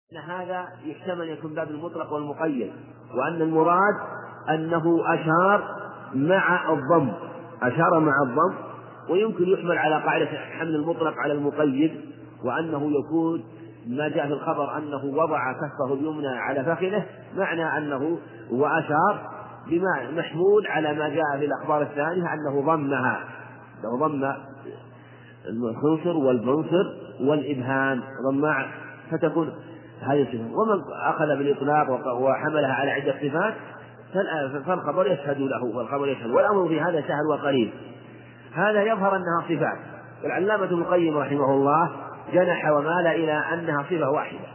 أن هذا يحتمل يكون باب المطلق والمقيد، وأن المراد أنه أشار مع الضم، ويمكن يحمل على قاعدة حمل المطلق على المقيد، وأنه يكون ما جاء في الخبر أنه وضع كفه اليمنى على فخذه، معنى أنه وأشار بما محمول على ما جاء في الأخبار الثانية أنه ضمها، لو ضم الخنصر والبنصر والإبهام ضمع فتكون هذه الصفة. ومن أخذ بالإطلاق وحملها على عدة صفات فالخبر يشهد له، والأمر في هذا سهل وقريب. هذا يظهر أنها صفات. العلامة ابن القيم رحمه الله جنح ومال إلى أنها صفة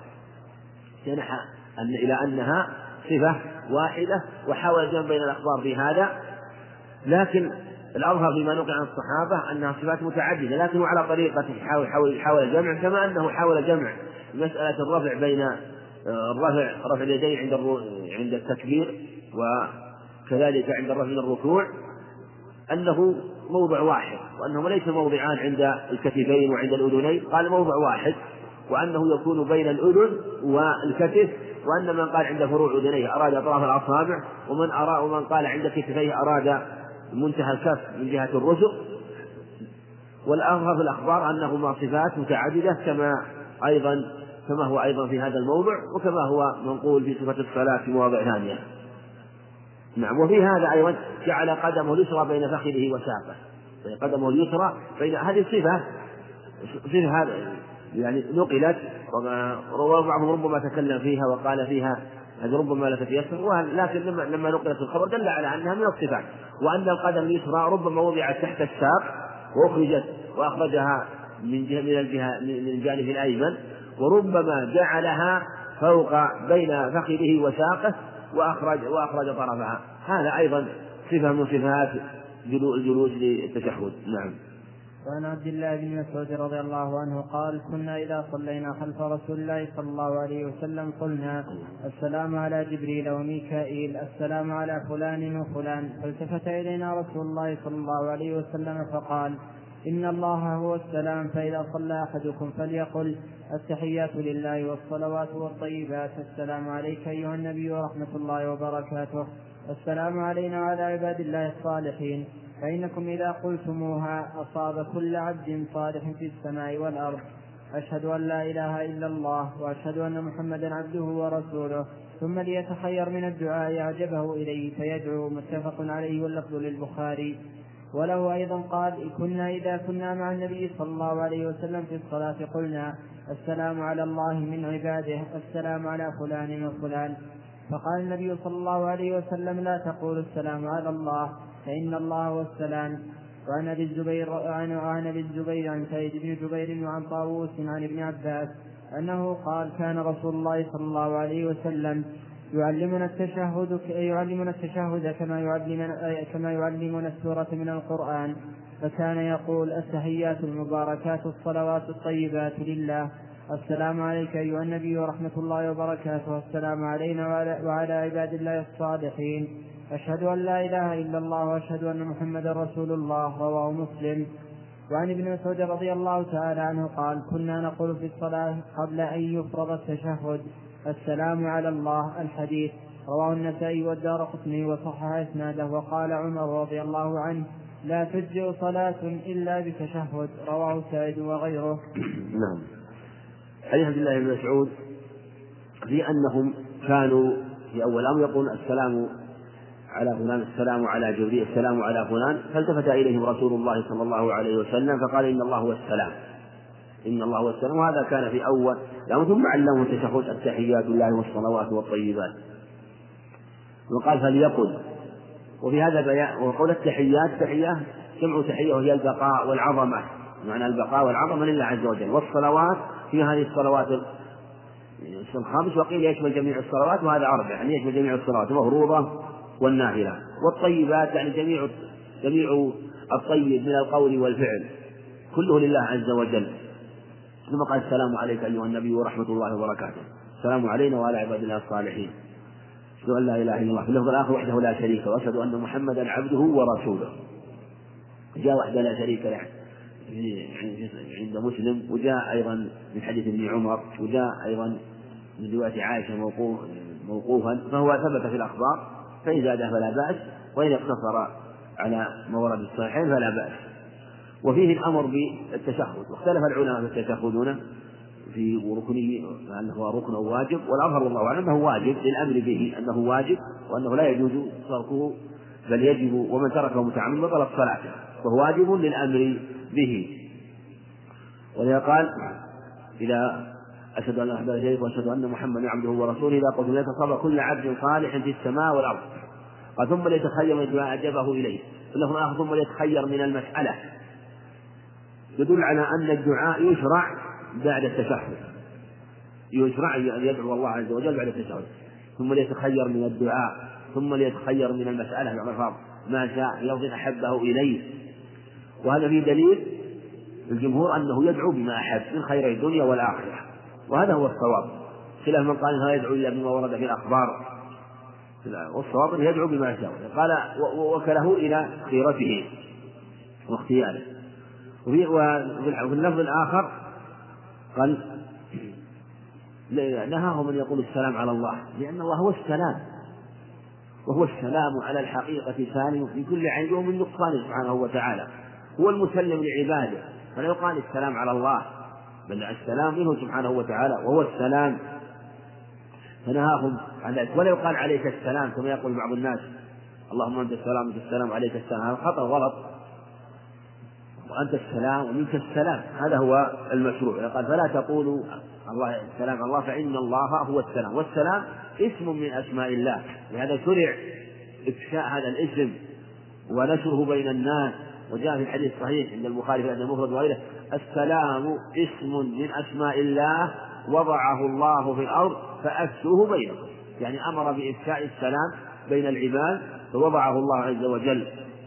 واحدة، وحاول الجمع بين الأخبار في هذا، لكن الأظهر بما نقل عن الصحابة أنها صفات متعددة، لكنه على طريقة حاول الجمع، كما أنه حاول جمع مسألة الرفع بين رفع اليدين عند التكبير، وكذلك عند الرفع من الركوع، أنه موضع واحد، وأنه ليس موضعان عند الكتفين وعند الأذنين، قال موضع واحد، وأنه يكون بين الأذن والكتف، وأن من قال عند فروع أذنيه أراد أطراف الأصابع، ومن قال عند كتفيه أراد منتهى الكف من جهة الرسغ. والأظهر في الأخبار أنهما صفات متعددة كما هو أيضا في هذا الموضع، وكما هو منقول في صفة الصلاة في مواضع ثانية. نعم. وفي هذا أيضا جعل قدمه اليسرى بين فخذه وساقه، قدمه اليسرى بين هذه الصفة هذا يعني نقلت، وبعضهم ربما تكلم فيها وقال فيها هذه ربما لا تتيسر، لكن لما نقلت الخبر دل على أنها من الصفات، وأن القدم اليسرى ربما وضعت تحت الساق وأخرجها من الجانب الأيمن، وربما جعلها فوق بين فخذه وساقه وأخرج طرفها. هذا أيضا صفة من صفات الجلوس للتشهد. نعم. وعن عبد الله بن مسعود رضي الله عنه قال: كنا إذا صلينا خلف رسول الله صلى الله عليه وسلم قلنا: السلام على جبريل وميكائيل، السلام على فلان وفلان. فالتفت إلينا رسول الله صلى الله عليه وسلم فقال: إن الله هو السلام، فإذا صلى أحدكم فليقل: التحيات لله والصلوات والطيبات، السلام عليك أيها النبي ورحمة الله وبركاته، السلام علينا وعلى عباد الله الصالحين، فإنكم إذا قلتموها أصاب كل عبد صالح في السماء والأرض. أشهد أن لا إله إلا الله وأشهد أن محمدا عبده ورسوله. ثم ليتخير من الدعاء أعجبه إليه فيدعو. متفق عليه، واللفظ للبخاري. وله أيضا قال: إذا كنا مع النبي صلى الله عليه وسلم في الصلاة قلنا: السلام على الله من عباده، السلام على فلان وفلان. فقال النبي صلى الله عليه وسلم: لا تقول السلام على الله، فإن الله هو السلام. وعن أبي الزبير عن سعيد بن جبير وعن طاووس عن ابن عباس أنه قال: كان رسول الله صلى الله عليه وسلم يعلمنا التشهد كما يعلمنا السورة من القرآن، فكان يقول: التحيات المباركات الصلوات الطيبات لله، السلام عليك أيها النبي ورحمة الله وبركاته، السلام علينا وعلى عباد الله الصالحين، أشهد أن لا إله إلا الله وأشهد أن محمدا رسول الله. رواه مسلم. وعن ابن مسعود رضي الله تعالى عنه قال: كنا نقول في الصلاة قبل أن يفرض التشهد: السلام على الله. الحديث رواه النسائي والدارقطني وصحح إسناده. وقال عمر رضي الله عنه: لا تجزئ صلاة إلا بتشهد. رواه سعيد وغيره. نعم. حديث عبد الله بن مسعود في أنهم كانوا في أول أمر يقول: السلام على فلان، السلام على جبريل، السلام على فلان، فالتفت إليهم رسول الله صلى الله عليه وسلم فقال: إن الله هو السلام. وهذا كان في أول ثم علمه التشهد: التحيات لله والصلوات والطيبات. وقال: فليقل. وفي هذا بيان. وقول التحيات تحية جمع تحية، وهي البقاء والعظمة، معنى البقاء والعظمة لله عز وجل. والصلوات في هذه الصلوات الخمس، وقيل يشمل جميع الصلوات، وهذا أربع، يعني يشمل جميع الصلوات المفروضة والنافلة. والطيبات يعني جميع الطيب من القول والفعل كله لله عز وجل. ثم قال: السلام عليك أيها النبي ورحمة الله وبركاته، السلام علينا وعلى عباد الله الصالحين، أشهد أن لا إله إلا الله. في اللفظ الآخر: وحده لا شريك له، وأشهد أن محمدا عبده ورسوله. جاء وحده لا شريك له عند مسلم، وجاء أيضا من حديث ابن عمر، وجاء أيضا من رواية عائشة موقوفا فهو ثبت في الأخبار، فإن زاد فلا بأس، وإن اقتصر على ما ورد في الصحيحين فلا بأس. وفيه الأمر بالتشهد، واختلف العلماء في التشهد في ركنه أنه ركن أو واجب، والأظهر والله أعلم أنه واجب للأمر به، أنه واجب وأنه لا يجوز تركه بل يجب، ومن تركه متعمدا بطلت صلاته، فهو واجب للأمر به. ولذا قال إذا أشهد أن لا إله إلا الله وأشهد أن محمدا عبده ورسوله إذا قلت لا تصاب كل عبد صالح في السماء والأرض، قال ثم ليتخير من ما أعجبه إليه، له آخر ثم ليتخير من المسألة، يدل على أن الدعاء يشرع بعد التشهد، يشرع أن يدعو الله عز وجل بعد التشهد، ثم ليتخير من الدعاء، ثم ليتخير من المسألة بعد ما شاء يرضي أحبه إليه. وهذا فيه دليل الجمهور أنه يدعو بما أحب من خير الدنيا والآخرة، وهذا هو الصواب، خلاف من قال إنه يدعو إلا بما ورد في الأخبار، والصواب أنه يدعو بما شاء. قال وكله إلى خيرته واختياره. وفي اللفظ الآخر قال نهاهم أن يقول السلام على الله، لأن الله هو السلام، وهو السلام على الحقيقة سالم في كل عيب ومن نقصان سبحانه وتعالى، هو المسلم لعباده، فلا يقال السلام على الله بل السلام منه سبحانه وتعالى وهو السلام، فنهاهم عن ذلك. ولا يقال عليك السلام كما يقول بعض الناس اللهم أنت السلام وأنت السلام عليك السلام، هذا خطأ غلط، وأنت السلام ومنك السلام، هذا هو المشروع. قال فلا تقولوا الله السلام على الله فإن الله هو السلام، والسلام اسم من أسماء الله، لهذا شرع إفشاء هذا الاسم ونشره بين الناس. وجاء في الحديث الصحيح عند البخاري في الأدب المفرد وغيره السلام اسم من أسماء الله وضعه الله في الأرض فأفشوه بينكم، يعني أمر بإفشاء السلام بين العباد فوضعه الله عز وجل.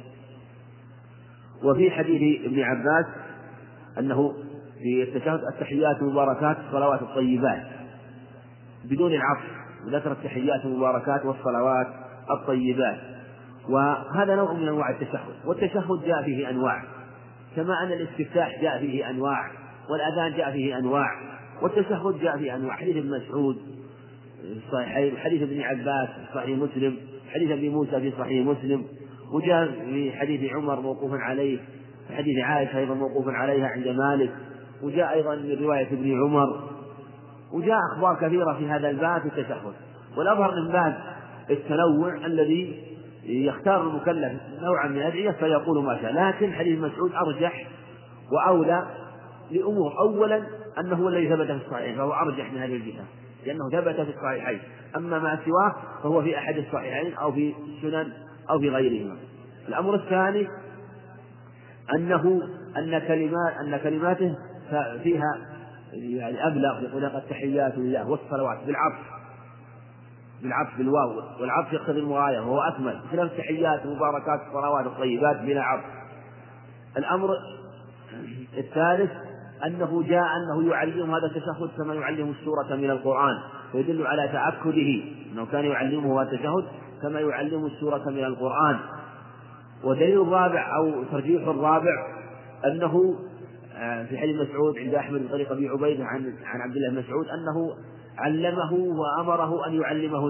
وفي حديث ابن عباس أنه في التشهد التحيات المباركات الصلوات الطيبات بدون العطف، ذكر التحيات المباركات والصلوات الطيبات، وهذا نوع من أنواع التشهد. والتشهد جاء فيه أنواع، كما أن الاستفتاح جاء فيه أنواع، والأذان جاء فيه أنواع، والتشهد جاء فيه أنواع. حديث ابن مسعود في الصحيحين، حديث ابن عباس في صحيح مسلم، حديث ابن موسى في صحيح مسلم، وجاء في حديث عمر موقوفا عليه، في حديث عائشة أيضا موقوفا عليها عند مالك، وجاء أيضا من رواية ابن عمر، وجاء أخبار كثيرة في هذا الباب في التشهد. والأظهر من باب التنوع الذي يختار المكلف نوعا من الأدعية فيقول ما شاء، لكن حديث مسعود أرجح وأولى لأمور. أولا أنه الذي ثبت في الصحيحين فهو أرجح من هذه الجهة لأنه ثبت في الصحيحين، أما ما سواه فهو في أحد الصحيحين أو في السنن أو في غيرهما. الأمر الثاني أن كلماته فيها يعني أبلغ، يقول لك التحيات لله والصلوات بالعطف بالواو، والعطف يقتضي المغايرة وهو أكمل، بخلاف التحيات المباركات الصلوات الطيبات بلا عطف. الأمر الثالث أنه جاء أنه يعلم هذا التشهد كما يعلم السورة من القرآن، ويدل على تأكده أنه كان يعلمه هذا التشهد كما يعلم السورة من القرآن. ودليل الرابع أو ترجيح الرابع أنه في حديث مسعود عند أحمد من طريق أبي عبيدة عن عبد الله بن مسعود أنه علمه وأمره أن يعلمه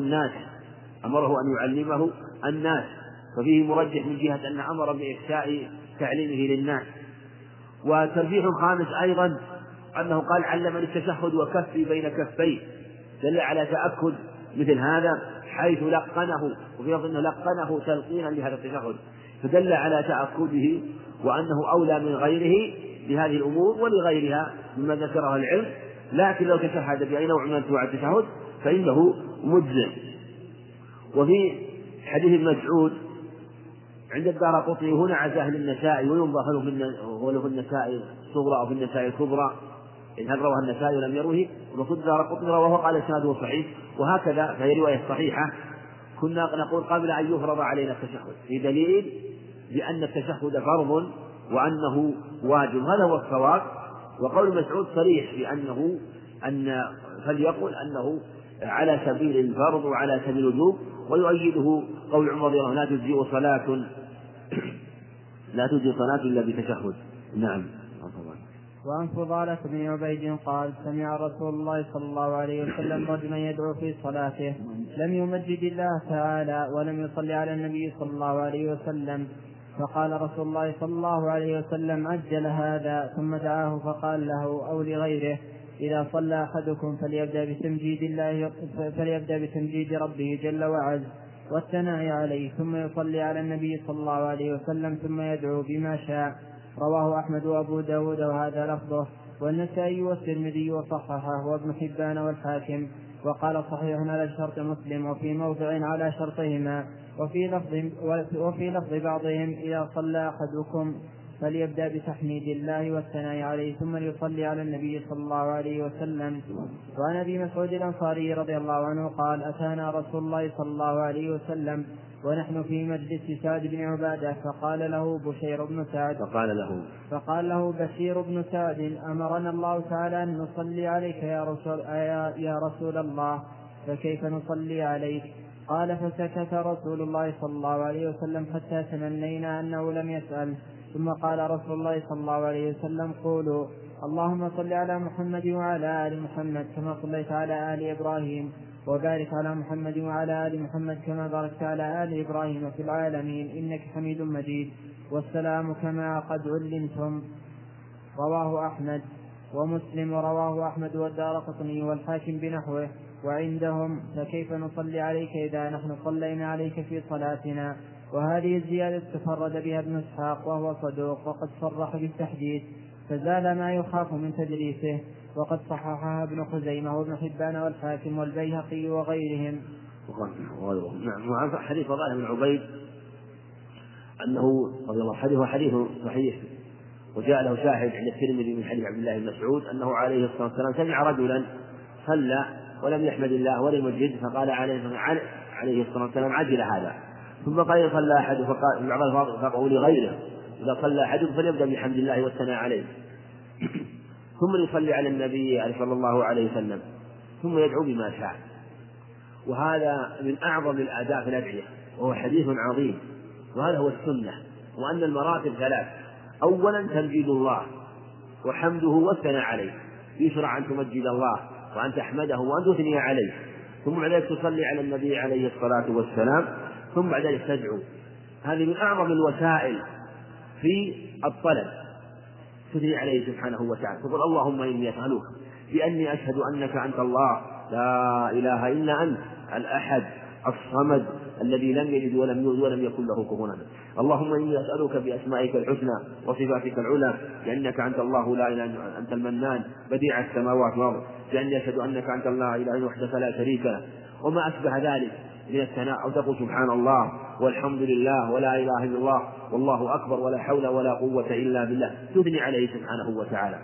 الناس، ففيه مرجح من جهة أن أمر بإفشاء تعليمه للناس. وترجيح خامس أيضا أنه قال علمني التشهد وكفي بين كفيه، دل على تأكد مثل هذا حيث لقنه، وفي لفظ أنه لقنه تلقينا لهذا التشهد، فدل على تأكده وأنه أولى من غيره لهذه الأمور ولغيرها مما ذكره العلم. لكن لو تشهد بأي نوع من أنواع التشهد فإنه مجزئ. وفي حديث مسعود عند الدارقطني هنا عزاه للنسائي، وينظر هل في النسائي الصغرى أو في النسائي الكبرى، إن هل رواه النسائي ولم يروه، ومقصود الدارقطني رواه قال إسناده صحيح، وهكذا فهي رواية صحيحة. كنا نقول قبل أن يفرض علينا التشهد في دليل بأن التشهد فرض وأنه واجب، هذا هو الصواب. وقول مسعود صريح بأنه فليقل أنه على سبيل الفرض وعلى سبيل الوجوب، ويؤيده قول عمر رضي الله عنه لا تجزئ صلاة إلا بتشهد. نعم. وعن فضالة بن عبيد قال سمع رسول الله صلى الله عليه وسلم رجلا يدعو في صلاته لم يمجد الله تعالى ولم يصلي على النبي صلى الله عليه وسلم، فقال رسول الله صلى الله عليه وسلم عجل هذا، ثم دعاه فقال له أو لغيره إذا صلى أحدكم فليبدأ بتمجيد ربه جل وعز والثناء عليه، ثم يصلي على النبي صلى الله عليه وسلم، ثم يدعو بما شاء. رواه أحمد وأبو داود وهذا لفظه، والنسائي والترمذي وصححه وابن حبان والحاكم، وقال صحيح على شرط مسلم، وفي موضع على شرطهما، وفي لفظ بعضهم إذا صلى أحدكم فليبدأ بتحميد الله والثناء عليه ثم يصلي على النبي صلى الله عليه وسلم. وعن أبي مسعود الأنصاري رضي الله عنه قال أتانا رسول الله صلى الله عليه وسلم ونحن في مجلس سعد بن عبادة فقال له بشير بن سعد أمرنا الله تعالى أن نصلي عليك يا رسول الله، فكيف نصلي عليك؟ قال فسكت رسول الله صلى الله عليه وسلم حتى تمنينا أنه لم يسأل، ثم قال رسول الله صلى الله عليه وسلم قولوا اللهم صل على محمد وعلى آل محمد كما صليت على آل إبراهيم، وبارك على محمد وعلى آل محمد كما باركت على آل إبراهيم في العالمين إنك حميد مجيد، والسلام كما قد علمتم. رواه أحمد ومسلم، ورواه أحمد والدارقطني والحاكم بنحوه. وعندهم فكيف نصلي عليك إذا نحن صلينا عليك في صلاتنا. وهذه الزيادة تفرد بها ابن إسحاق وهو صدوق، وقد صرح بالتحديث فزال ما يخاف من تدريسه، وقد صححها ابن خزيمة وابن حبان والحاكم والبيهقي وغيرهم. نعم. وعن حديث فضالة بن عبيد أنه رضي الله عنه حديث صحيح، وجاء له شاهد عند الترمذي من حديث عبد الله بن مسعود أنه عليه الصلاة والسلام سمع رجلا صلى ولم يحمد الله ولم يمجد، فقال عليه الصلاة والسلام عجل هذا، ثم قال صلى أحد، فقال بعض الفقه لغيره إذا صلى أحد فليبدأ بحمد الله والثناء عليه، ثم يصلي على النبي صلى الله عليه وسلم، ثم يدعو بما شاء. وهذا من أعظم الآداب في الأدعية، وهو حديث عظيم، وهذا هو السنة. وأن المراتب ثلاث: أولا تمجيد الله وحمده والثناء عليه، يشرع أن تمجد الله وأن تحمده وأن تثني عليه، ثم بعد ذلك تصلي على النبي عليه الصلاة والسلام، ثم بعد ذلك تدعو. هذه من أعظم الوسائل في الطلب، تثني عليه سبحانه وتعالى، تقول اللهم إني أسألك بأني أشهد أنك أنت الله لا إله إلا أنت الأحد الصمد الذي لم يلد ولم يولد ولم يكن له كفوا أحد. اللهم إني أسألك بأسمائك الحسنى وصفاتك العلى بأنك أنت الله لا إله إلا أنت المنان بديع السماوات والأرض، بأني أشهد أنك أنت الله إله وحدك لا شريك له، وما أشبه ذلك من الثناء. أو تقول سبحان الله والحمد لله ولا إله إلا الله والله أكبر ولا حول ولا قوة إلا بالله، تثني عليه سبحانه وتعالى.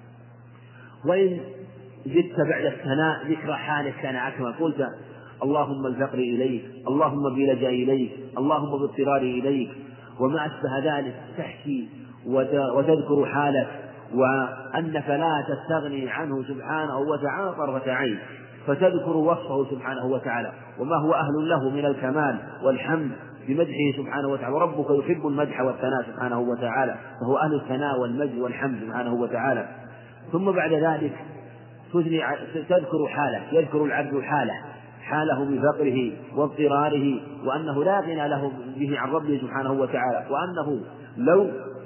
وإن زدت بعد الثناء ذكر حال الثناء كما قلت اللهم الفقر إليك، اللهم بلجأ إليك، اللهم باضطراري إليك، وما أشبه ذلك، تحكي وتذكر حالك، وأنك لا تستغني عنه سبحانه وتعالى طرفة عين، فتذكر وصفه سبحانه وتعالى وما هو أهل له من الكمال والحمد بمدحه سبحانه وتعالى. وربك يحب المدح والثناء سبحانه وتعالى، فهو أهل الثناء والمجد والحمد سبحانه وتعالى. ثم بعد ذلك تذكر حاله، يذكر العبد حاله بفقره واضطراره، وأنه لا غنى له به عن ربه سبحانه وتعالى، وأنه لو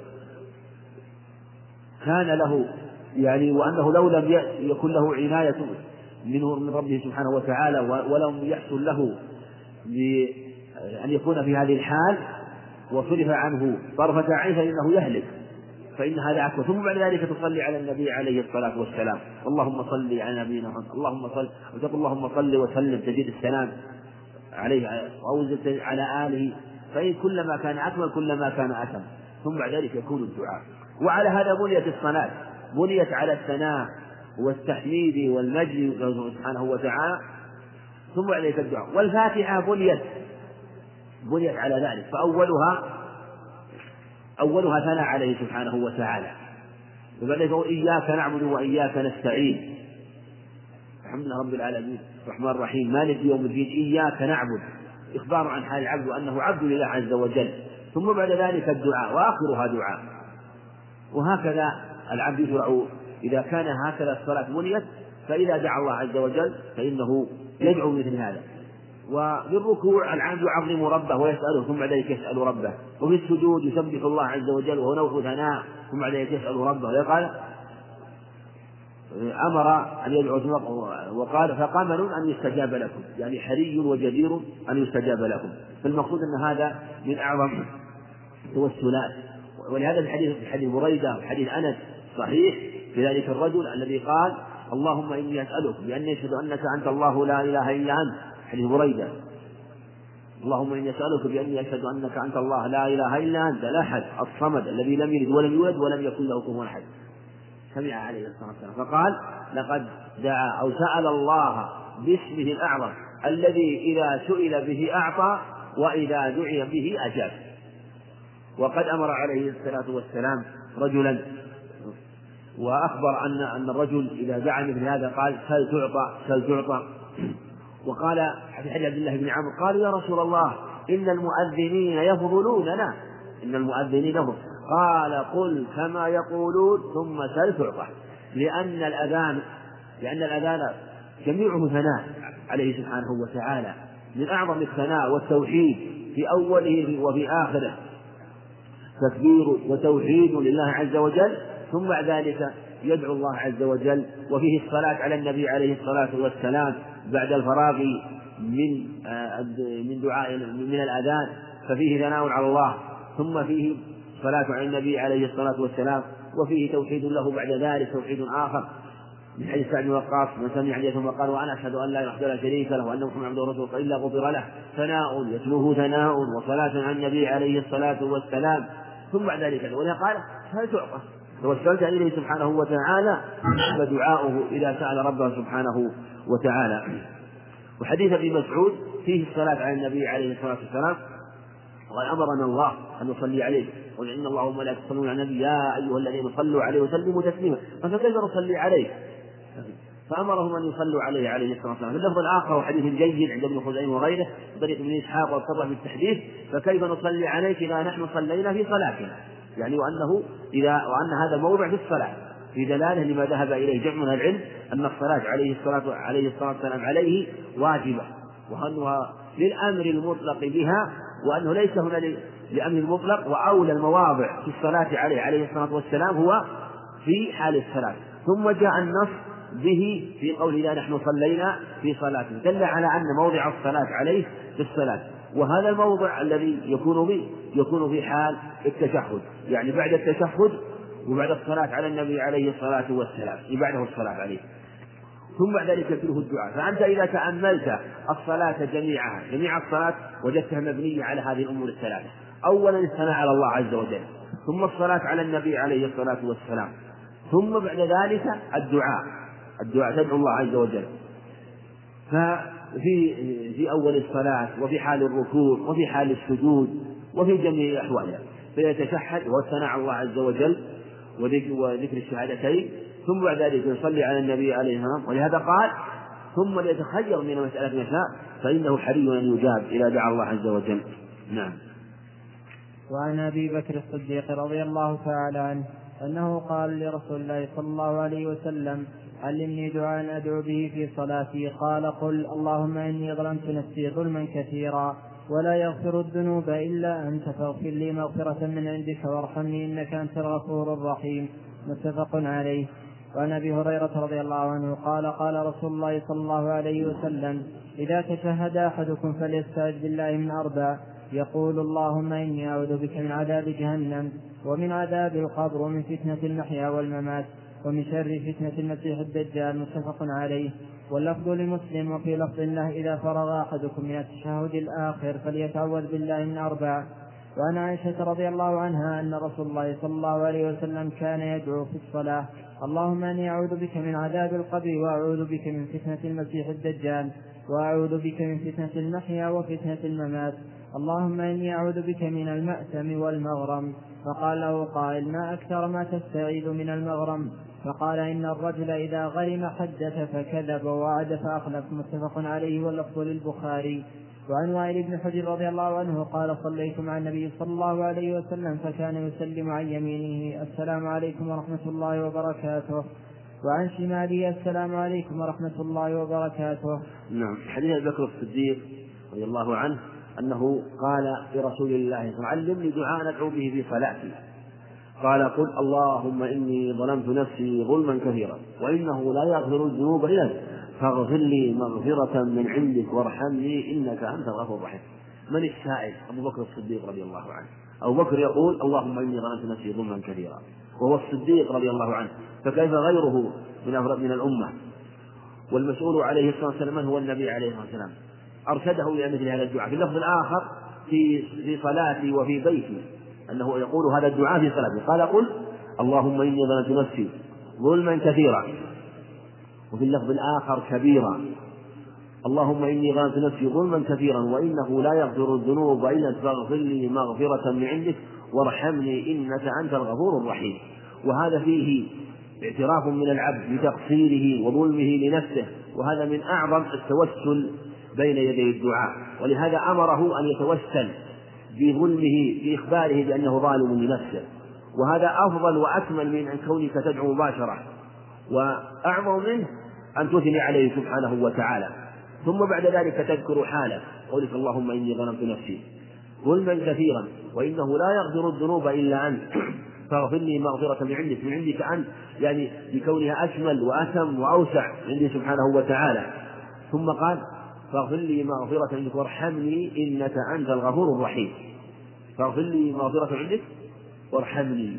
كان له وأنه لو لم يكن له عناية منه من ربه سبحانه وتعالى ولم يحصل له بأن يكون في هذه الحال وصرف عنه طرفة عين فإنه يهلك، فإن هذا أكبر. ثم بعد ذلك تصلي على النبي عليه الصلاة والسلام، اللهم صل على نبينا محمد، اللهم صل، وتقول اللهم صل وسلم تزيد السلام عليه أو على آله، فإن كلما كان أكمل كلما كان أتم. ثم بعد ذلك يكون الدعاء. وعلى هذا بنيت الصلاة، بنيت على الثناء والتحميد والمجد سبحانه وتعالى، ثم بعد ذلك الدعاء. والفاتحة بنيت على ذلك، فأولها ثناء عليه سبحانه وتعالى، وبعد ذلك إياك نعبد وإياك نستعين، الحمد لله رب العالمين الرحمن الرحيم مالك يوم الدين، إياك نعبد، إخبار عن حال العبد وأنه عبد لله عز وجل. ثم بعد ذلك الدعاء، وآخرها دعاء. وهكذا العبد يشرع إذا كان هكذا الصلاة بنيت، فإذا دعا الله عز وجل فإنه يدعو مثل هذا. وبالركوع العبد يعظم ربه ويسأله ثم بعد ذلك يسأل ربه، وفي السجود يسبح الله عز وجل وهو نوع ثناء ثم بعد ذلك يسأل ربه، وقال أمر أن يدعو وقال فقامل أن يستجاب لكم، يعني حري وجدير أن يستجاب لكم. فالمقصود أن هذا من أعظم التوسلات. ولهذا في حديث بريدة وحديث أنس صحيح في ذلك الرجل الذي قال اللهم إني أسألك بأني أشهد أنك أنت الله لا إله إلا أنت، حديث بريدة، اللهم إني أسألك بأني أشهد أنك أنت الله لا إله إلا أنت الأحد الصمد الذي لم يلد ولم يولد ولم يكن له كفوا أحد. سمع عليه الصلاة والسلام فقال لقد دعا أو سأل الله باسمه الأعظم الذي إذا سئل به أعطى وإذا دعي به أجاب. وقد أمر عليه الصلاة والسلام رجلا وأخبر أن الرجل إذا دعا مثل هذا قال سل تعطى سل تعطى. وقال في حديث عبد الله بن عمرو قال يا رسول الله إن المؤذنين يفضلوننا، إن المؤذنين يفضلون، قال قل كما يقولون ثم سل تعطى، لأن الأذان جميعه ثناء عليه سبحانه وتعالى، من أعظم الثناء والتوحيد في أوله وفي آخره، تكبير وتوحيد لله عز وجل، ثم بعد ذلك يدعو الله عز وجل، وفيه الصلاة على النبي عليه الصلاة والسلام بعد الفراغ من دعاء من الأذان، ففيه ثناء على الله، ثم فيه صلاة على النبي عليه الصلاة والسلام، وفيه توحيد له بعد ذلك توحيد آخر من حديث سعد بن وقاص من سمع حديث ثم قال وأنا أشهد أن لا إله إلا الله شريك له وأن محمدا عبده ورسوله إلا غفر له، ثناء يتلوه ثناء وصلاة على النبي عليه الصلاة والسلام، ثم بعد ذلك قال هل تعطى توسلت إليه سبحانه وتعالى ودعاؤه إذا سأل ربه سبحانه وتعالى. وحديث ابن مسعود فيه الصلاة على النبي عليه الصلاة والسلام، وقال أمرنا الله أن نصلي عليه، قل إن الله وملائكته يصلون على النبي يا أيها الذين صلوا عليه وسلموا تسليما، فكيف نصلي عليه؟ فأمرهم أن يصلوا عليه عليه الصلاة والسلام. في اللفظ الآخر وحديث جيد عند ابن خزيمة وغيره طريق ابن إسحاق والصرح بالتحديث فكيف نصلي عليك إذا نحن صلينا في صلاتنا، يعني وأن هذا موضع في الصلاة، في دلالة لما ذهب إليه جمع من العلم أن الصلاة عليه الصلاة والسلام عليه واجبة، وأنها للأمر المطلق بها، وأنه ليس هنا لأمر المطلق، وأولى المواضع في الصلاة عليه الصلاة والسلام هو في حال الصلاة. ثم جاء النص به في قول إذا نحن صلينا في صلاة، دل على أن موضع الصلاة عليه في الصلاة، وهذا الموضع الذي يكون في حال التشهد، يعني بعد التشهد وبعد الصلاة على النبي عليه الصلاة والسلام، بعده الصلاة عليه، ثم بعد ذلك يتلوه الدعاء. فأنت إذا تأملت الصلاة جميع الصلاة وجدتها مبنية على هذه الأمور الثلاثة: أولا الثناء على الله عز وجل، ثم الصلاة على النبي عليه الصلاة والسلام، ثم بعد ذلك الدعاء تدعو الله عز وجل. ففي أول الصلاة وفي حال الركوع وفي حال السجود وفي جميع أحوالها فيتشهد والثناء على الله عز وجل وذكر الشهادتين، ثم بعد ذلك يصلي على النبي عليه الصلاة والسلام. ولهذا قال ثم ليتخير من مسألة ما شاء فإنه حري أن يجاب إذا دعا الله عز وجل. نعم. وعن أبي بكر الصديق رضي الله تعالى عنه أنه قال لرسول الله صلى الله عليه وسلم: علمني دعاء أدعو به في صلاتي. قال: قل اللهم إني ظلمت نفسي ظلما كثيرا ولا يغفر الذنوب إلا أنت فاغفر لي مغفرة من عندك وارحمني إنك أنت الغفور الرحيم. متفق عليه. وعن أبي هريرة رضي الله عنه قال: قال رسول الله صلى الله عليه وسلم: إذا تشهد أحدكم فليستعذ بالله من أربع: يقول اللهم إني أعوذ بك من عذاب جهنم ومن عذاب القبر ومن فتنة المحيا والممات ومن شر فتنة المسيح الدجال. متفق عليه. واللفظ لمسلم وفي لفظ له: إذا فرغ أحدكم من التشهد الآخر فليتعوذ بالله من أربع. وعن عائشة رضي الله عنها أن رسول الله صلى الله عليه وسلم كان يدعو في الصلاة: اللهم إني أعوذ بك من عذاب القبر وأعوذ بك من فتنة المسيح الدجال وأعوذ بك من فتنة المحيا وفتنة الممات، اللهم إني أعوذ بك من المأثم والمغرم. فقال له قائل: ما أكثر ما تستعيذ من المغرم؟ فقال: إن الرجل إذا غرم حدث فكذب ووعد فأخلف. متفق عليه واللفظ للبخاري. وعن وائل بن حجر رضي الله عنه قال صليت مع النبي صلى الله عليه وسلم فكان يسلم عن يمينه السلام عليكم ورحمة الله وبركاته، وعن شماله السلام عليكم ورحمة الله وبركاته. نعم. حديث أبي بكر الصديق رضي الله عنه أنه قال لرسول الله علمني دعاء أدعو به في صلاتي، قال قل اللهم إني ظلمت نفسي ظلما كثيرا وإنه لا يغفر الذنوب إلا أنت فاغفر لي مغفرة من عندك وارحمني إنك أنت الغفور الرحيم. من السائل؟ أبو بكر الصديق رضي الله عنه. أبو بكر يقول اللهم إني ظلمت نفسي ظلما كثيرا وهو الصديق رضي الله عنه، فكيف غيره من الأمة؟ والمسؤول عليه الصلاة والسلام من هو النبي عليه الصلاة والسلام أرشده إلى مثل هذا الدعاء. في اللفظ الآخر في صلاتي وفي بيتي أنه يقول هذا الدعاء في صلاتي، قال قل اللهم إني ظلمت نفسي ظلما كثيرا، وفي اللفظ الآخر كبيرا اللهم إني ظلمت نفسي ظلما كثيرا وإنه لا يغفر الذنوب إلا أنت فاغفر لي مغفرة من عندك وارحمني إنك أنت الغفور الرحيم. وهذا فيه اعتراف من العبد بتقصيره وظلمه لنفسه، وهذا من أعظم التوسل بين يدي الدعاء، ولهذا أمره أن يتوسل بظلمه بإخباره بأنه ظالم لنفسه، وهذا أفضل وأكمل من أن كونك تدعو مباشرة، وأعظم منه أن تثني عليه سبحانه وتعالى، ثم بعد ذلك تذكر حاله قولك اللهم إني ظلمت نفسي ظلما كثيرا وإنه لا يغفر الذنوب إلا أنت فاغفر لي مغفرة من عندك أنت، يعني بكونها أشمل وأتم وأوسع عندي سبحانه وتعالى. ثم قال فاغفر لي مغفرة عندك وارحمني إنك أنت الغفور الرحيم. فاغفر لي مغفرة عندك وارحمني،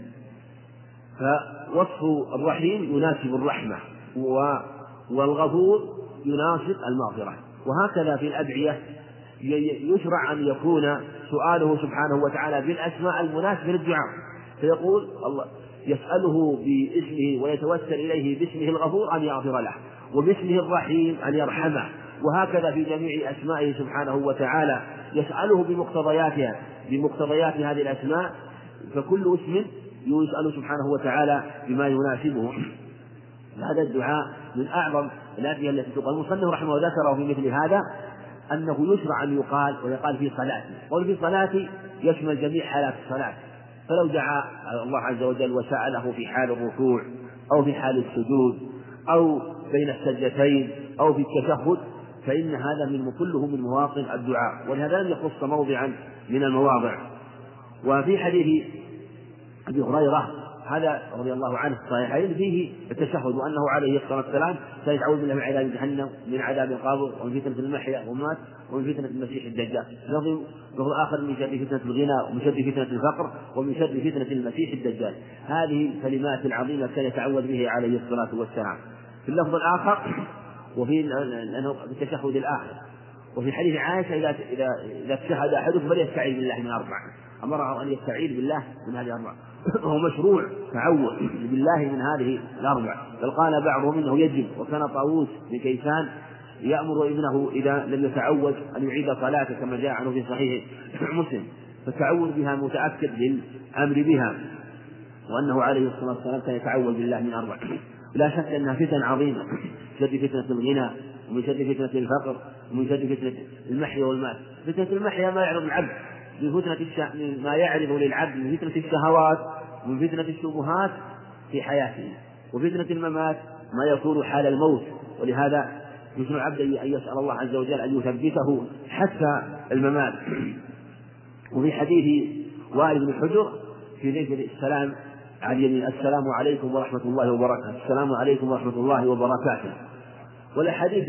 فوصف الرحيم يناسب الرحمة والغفور يناسب المغفرة. وهكذا في الأدعية يشرع أن يكون سؤاله سبحانه وتعالى بالأسماء المناسبة للدعاء، فيقول الله يسأله باسمه ويتوسل إليه باسمه الغفور أن يغفر له، وباسمه الرحيم أن يرحمه، وهكذا في جميع أسمائه سبحانه وتعالى يسأله بمقتضيات هذه الأسماء، فكل اسم يسأل سبحانه وتعالى بما يناسبه. هذا الدعاء من أعظم الأدعية التي تقال. المصنف رحمه الله ذكره في مثل هذا أنه يشرع أن يقال ويقال في صلاتي. قول في صلاتي يشمل جميع حالات الصلاة، فلو دعا الله عز وجل وسأله في حال الركوع أو في حال السجود أو بين السجدتين أو في التشهد فإن هذا كله من مواطن الدعاء، ولهذا لم يخص موضعا من المواضع. وفي حديث أبي هريرة هذا رضي الله عنه الصحيحين فيه التشهد وأنه عليه الصلاة والسلام سيتعوذ بالله من عذاب جهنم من عذاب القبر ومن فتنة المحيا والممات ومن فتنة المسيح الدجال. لفظ آخر من شر فتنة الغنى ومن شر فتنة الفقر ومن شر فتنة المسيح الدجال. هذه الكلمات العظيمة كان يتعوذ به عليه الصلاة والسلام. في اللفظ الآخر وفي التشهد الآخر وفي حديث عائشة إذا تشهد أحدكم فليستعيذ بالله من أربع، أمره أن يستعيذ بالله من هذه الأربع، وهو مشروع تعوذ بالله من هذه الأربع، بل قال بعضهم إنه يجب. وكان طاووس بن كيسان يأمر ابنه إذا لم يتعوذ أن يعيد صلاته كما جاء عنه في صحيح مسلم، فالتعوذ بها متأكد للأمر بها، وأنه عليه الصلاة والسلام كان يتعوذ بالله من أربع. لا شك أنها فتن عظيمة، شر فتنة الغنى ومن شر فتنة الفقر ومن شر فتنة المحيا والمات. فتنة المحيا ما يعرض العبد من ما يعرض للعبد من فتنة الشهوات ومن فتنة الشبهات في حياته، وفتنة الممات ما يكون حال الموت، ولهذا يجب العبد أن يسأل الله عز وجل أن يثبته حتى الممات. وفي حديث وائل بن حجر في ذكر السلام عن يمين السلام عليكم ورحمة الله وبركاته، السلام عليكم ورحمة الله وبركاته. والأحاديث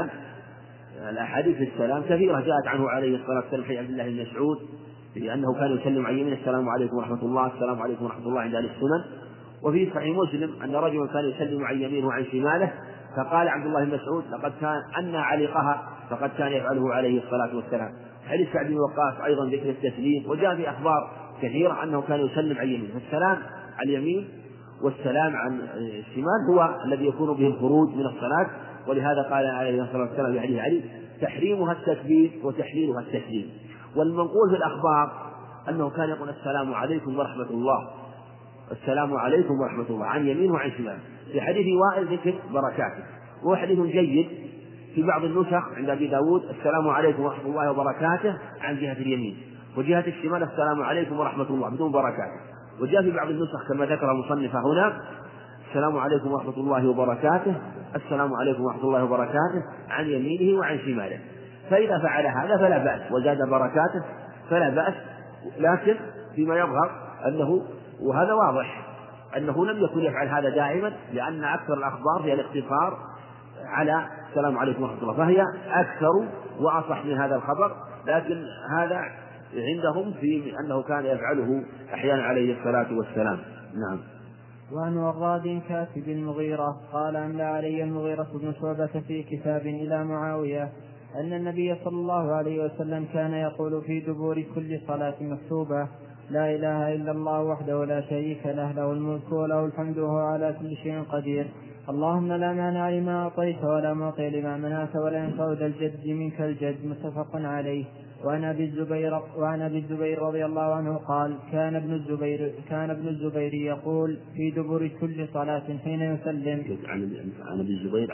في السلام كثيرة جاءت عنه عليه الصلاة والسلام في عبد الله بن مسعود لأنه كان يسلم عن يمينه السلام عليكم ورحمة الله، السلام عليكم ورحمة الله عند أهل السنن. وفي صحيح مسلم أن رجلا كان يسلم عن يمينه وعن شماله، فقال عبد الله بن مسعود لقد كان أن علقها فقد كان يفعله عليه الصلاة والسلام. حديث سعد بن وقاص أيضا ذكر التسليم، وجاء في أخبار كثيرة أنه كان يسلم عن يمينه. فالسلام عن اليمين والسلام عن الشمال هو الذي يكون به الخروج من الصلاة، ولهذا قال عليه الصلاة والسلام في حديث علي تحريمها التكبير وتحليلها التسليم. والمنقول في الأخبار أنه كان يقول السلام عليكم ورحمة الله، السلام عليكم ورحمة الله عن يمين وعن شمال. في حديث وائل ذكر بركاته، وهو حديث جيد في بعض النسخ عند أبي داود السلام عليكم ورحمة الله وبركاته عن جهة اليمين، وجهة الشمال السلام عليكم ورحمة الله بدون بركاته. وجاء في بعض النسخ كما ذكر المصنف هنا السلام عليكم ورحمة الله وبركاته، السلام عليكم ورحمة الله وبركاته عن يمينه وعن شماله. فإذا فعل هذا فلا بأس، وزاد بركاته فلا بأس، لكن فيما يظهر أنه، وهذا واضح أنه لم يكن يفعل هذا دائما، لأن أكثر الأخبار هي الاقتصار على السلام عليكم ورحمة الله، فهي أكثر وأصح من هذا الخبر، لكن هذا عندهم في أنه كان يفعله أحيانا عليه الصلاة والسلام. نعم. وعن وراد كاتب المغيرة قال أملى علي المغيرة بن شعبة في كتاب إلى معاوية أن النبي صلى الله عليه وسلم كان يقول في دبور كل صلاة مكتوبة لا إله إلا الله وحده لا شريك له، له الملك وله الحمد وهو على كل شيء قدير، اللهم لا مانع لما أعطيت ولا معطي لما منعت ولا ينفع ذا الجد منك الجد. متفق عليه. وعن أبي الزبير رضي الله عنه قال كان ابن الزبير يقول في دبر كل صلاة حين يسلم. عن أبي الزبير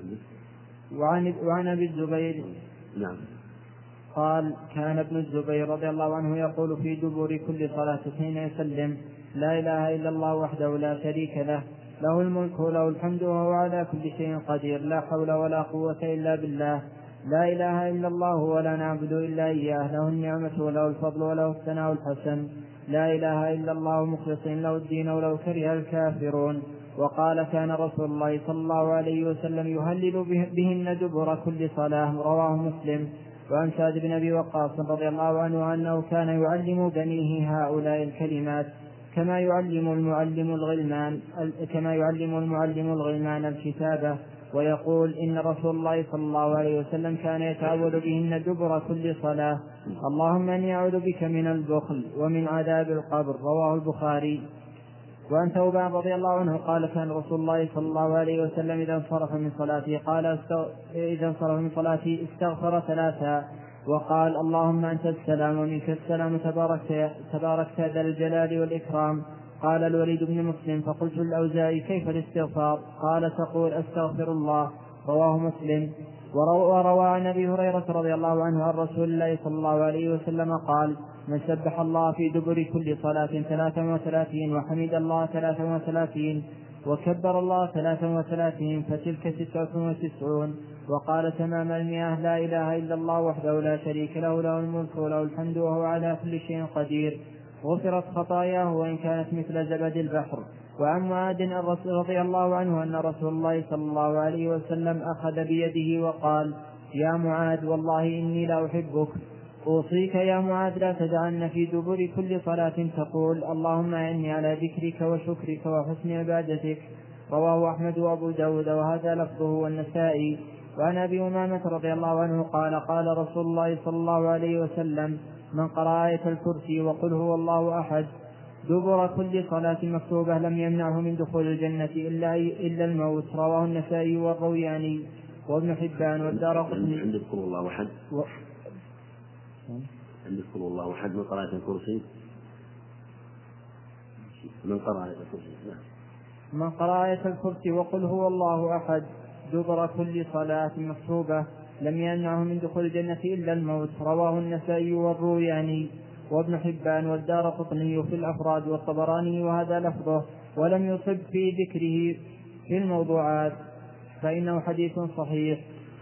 وعن أبي الزبير نعم قال كان ابن الزبير رضي الله عنه يقول في دبر كل صلاة حين يسلم لا إله إلا الله وحده لا شريك له، له الملك وله الحمد وهو على كل شيء قدير، لا حول ولا قوة إلا بالله، لا إله إلا الله ولا نعبد إلا إياه، له النعمة وله الفضل وله الثناء الحسن، لا إله إلا الله مخلصين له الدين ولو كره الكافرون. وقال كان رسول الله صلى الله عليه وسلم يهلل بهن دبر كل صلاة. رواه مسلم. وعن سعد بن أبي وقاص رضي الله عنه أنه كان يعلم بنيه هؤلاء الكلمات كما يعلم المعلم الغلمان الكتابة، ويقول إن رسول الله صلى الله عليه وسلم كان يتعوذ بهن دبر كل صلاة، اللهم إني أعوذ بك من البخل ومن عذاب القبر. رواه البخاري. وعن ثوبان رضي الله عنه قال كان رسول الله صلى الله عليه وسلم إذا انصرف من صلاته استغفر ثلاثا وقال اللهم أنت السلام ومنك السلام تباركت ذا الجلال والإكرام. قال الوليد بن مسلم فقلت الأوزاعي كيف الاستغفار؟ قال تقول أستغفر الله. رواه مسلم. وروى عن أبي هريرة رضي الله عنه عن رسول الله صلى الله عليه وسلم قال من سبح الله في دبر كل صلاة 33 وحمد الله 33 وكبر الله 33 فتلك 99. وقال تمام المئة لا إله إلا الله وحده لا شريك له، له الملك وله الحمد وهو على كل شيء قدير، غفرت خطاياه وإن كانت مثل زبد البحر. وعن معاذ رضي الله عنه أن رسول الله صلى الله عليه وسلم أخذ بيده وقال يا معاذ والله إني لا أحبك، أوصيك يا معاذ لا تدعن في دبر كل صلاة تقول اللهم إني على ذكرك وشكرك وحسن عبادتك. رواه أحمد وأبو داود وهذا لفظه والنسائي. وعن أبي أمامة رضي الله عنه قال قال رسول الله صلى الله عليه وسلم من قرأ آية الكرسي وقل هو الله أحد دبر كل صلاة مكتوبة لم يمنعه من دخول الجنة إلا الموت. رواه النسائي والروياني وابن حبان والدارقطني. عندك قل الله أحد عندك قل الله أحد من قرأ آية الكرسي من قرأ آية الكرسي وقل هو الله أحد دبر كل صلاة مكتوبة لم يمنعه من دخول الجنة إلا الموت. رواه النسائي والروياني وابن حبان والدارقطني في الأفراد والطبراني وهذا لفظه، ولم يصب في ذكره في الموضوعات فإنه حديث صحيح.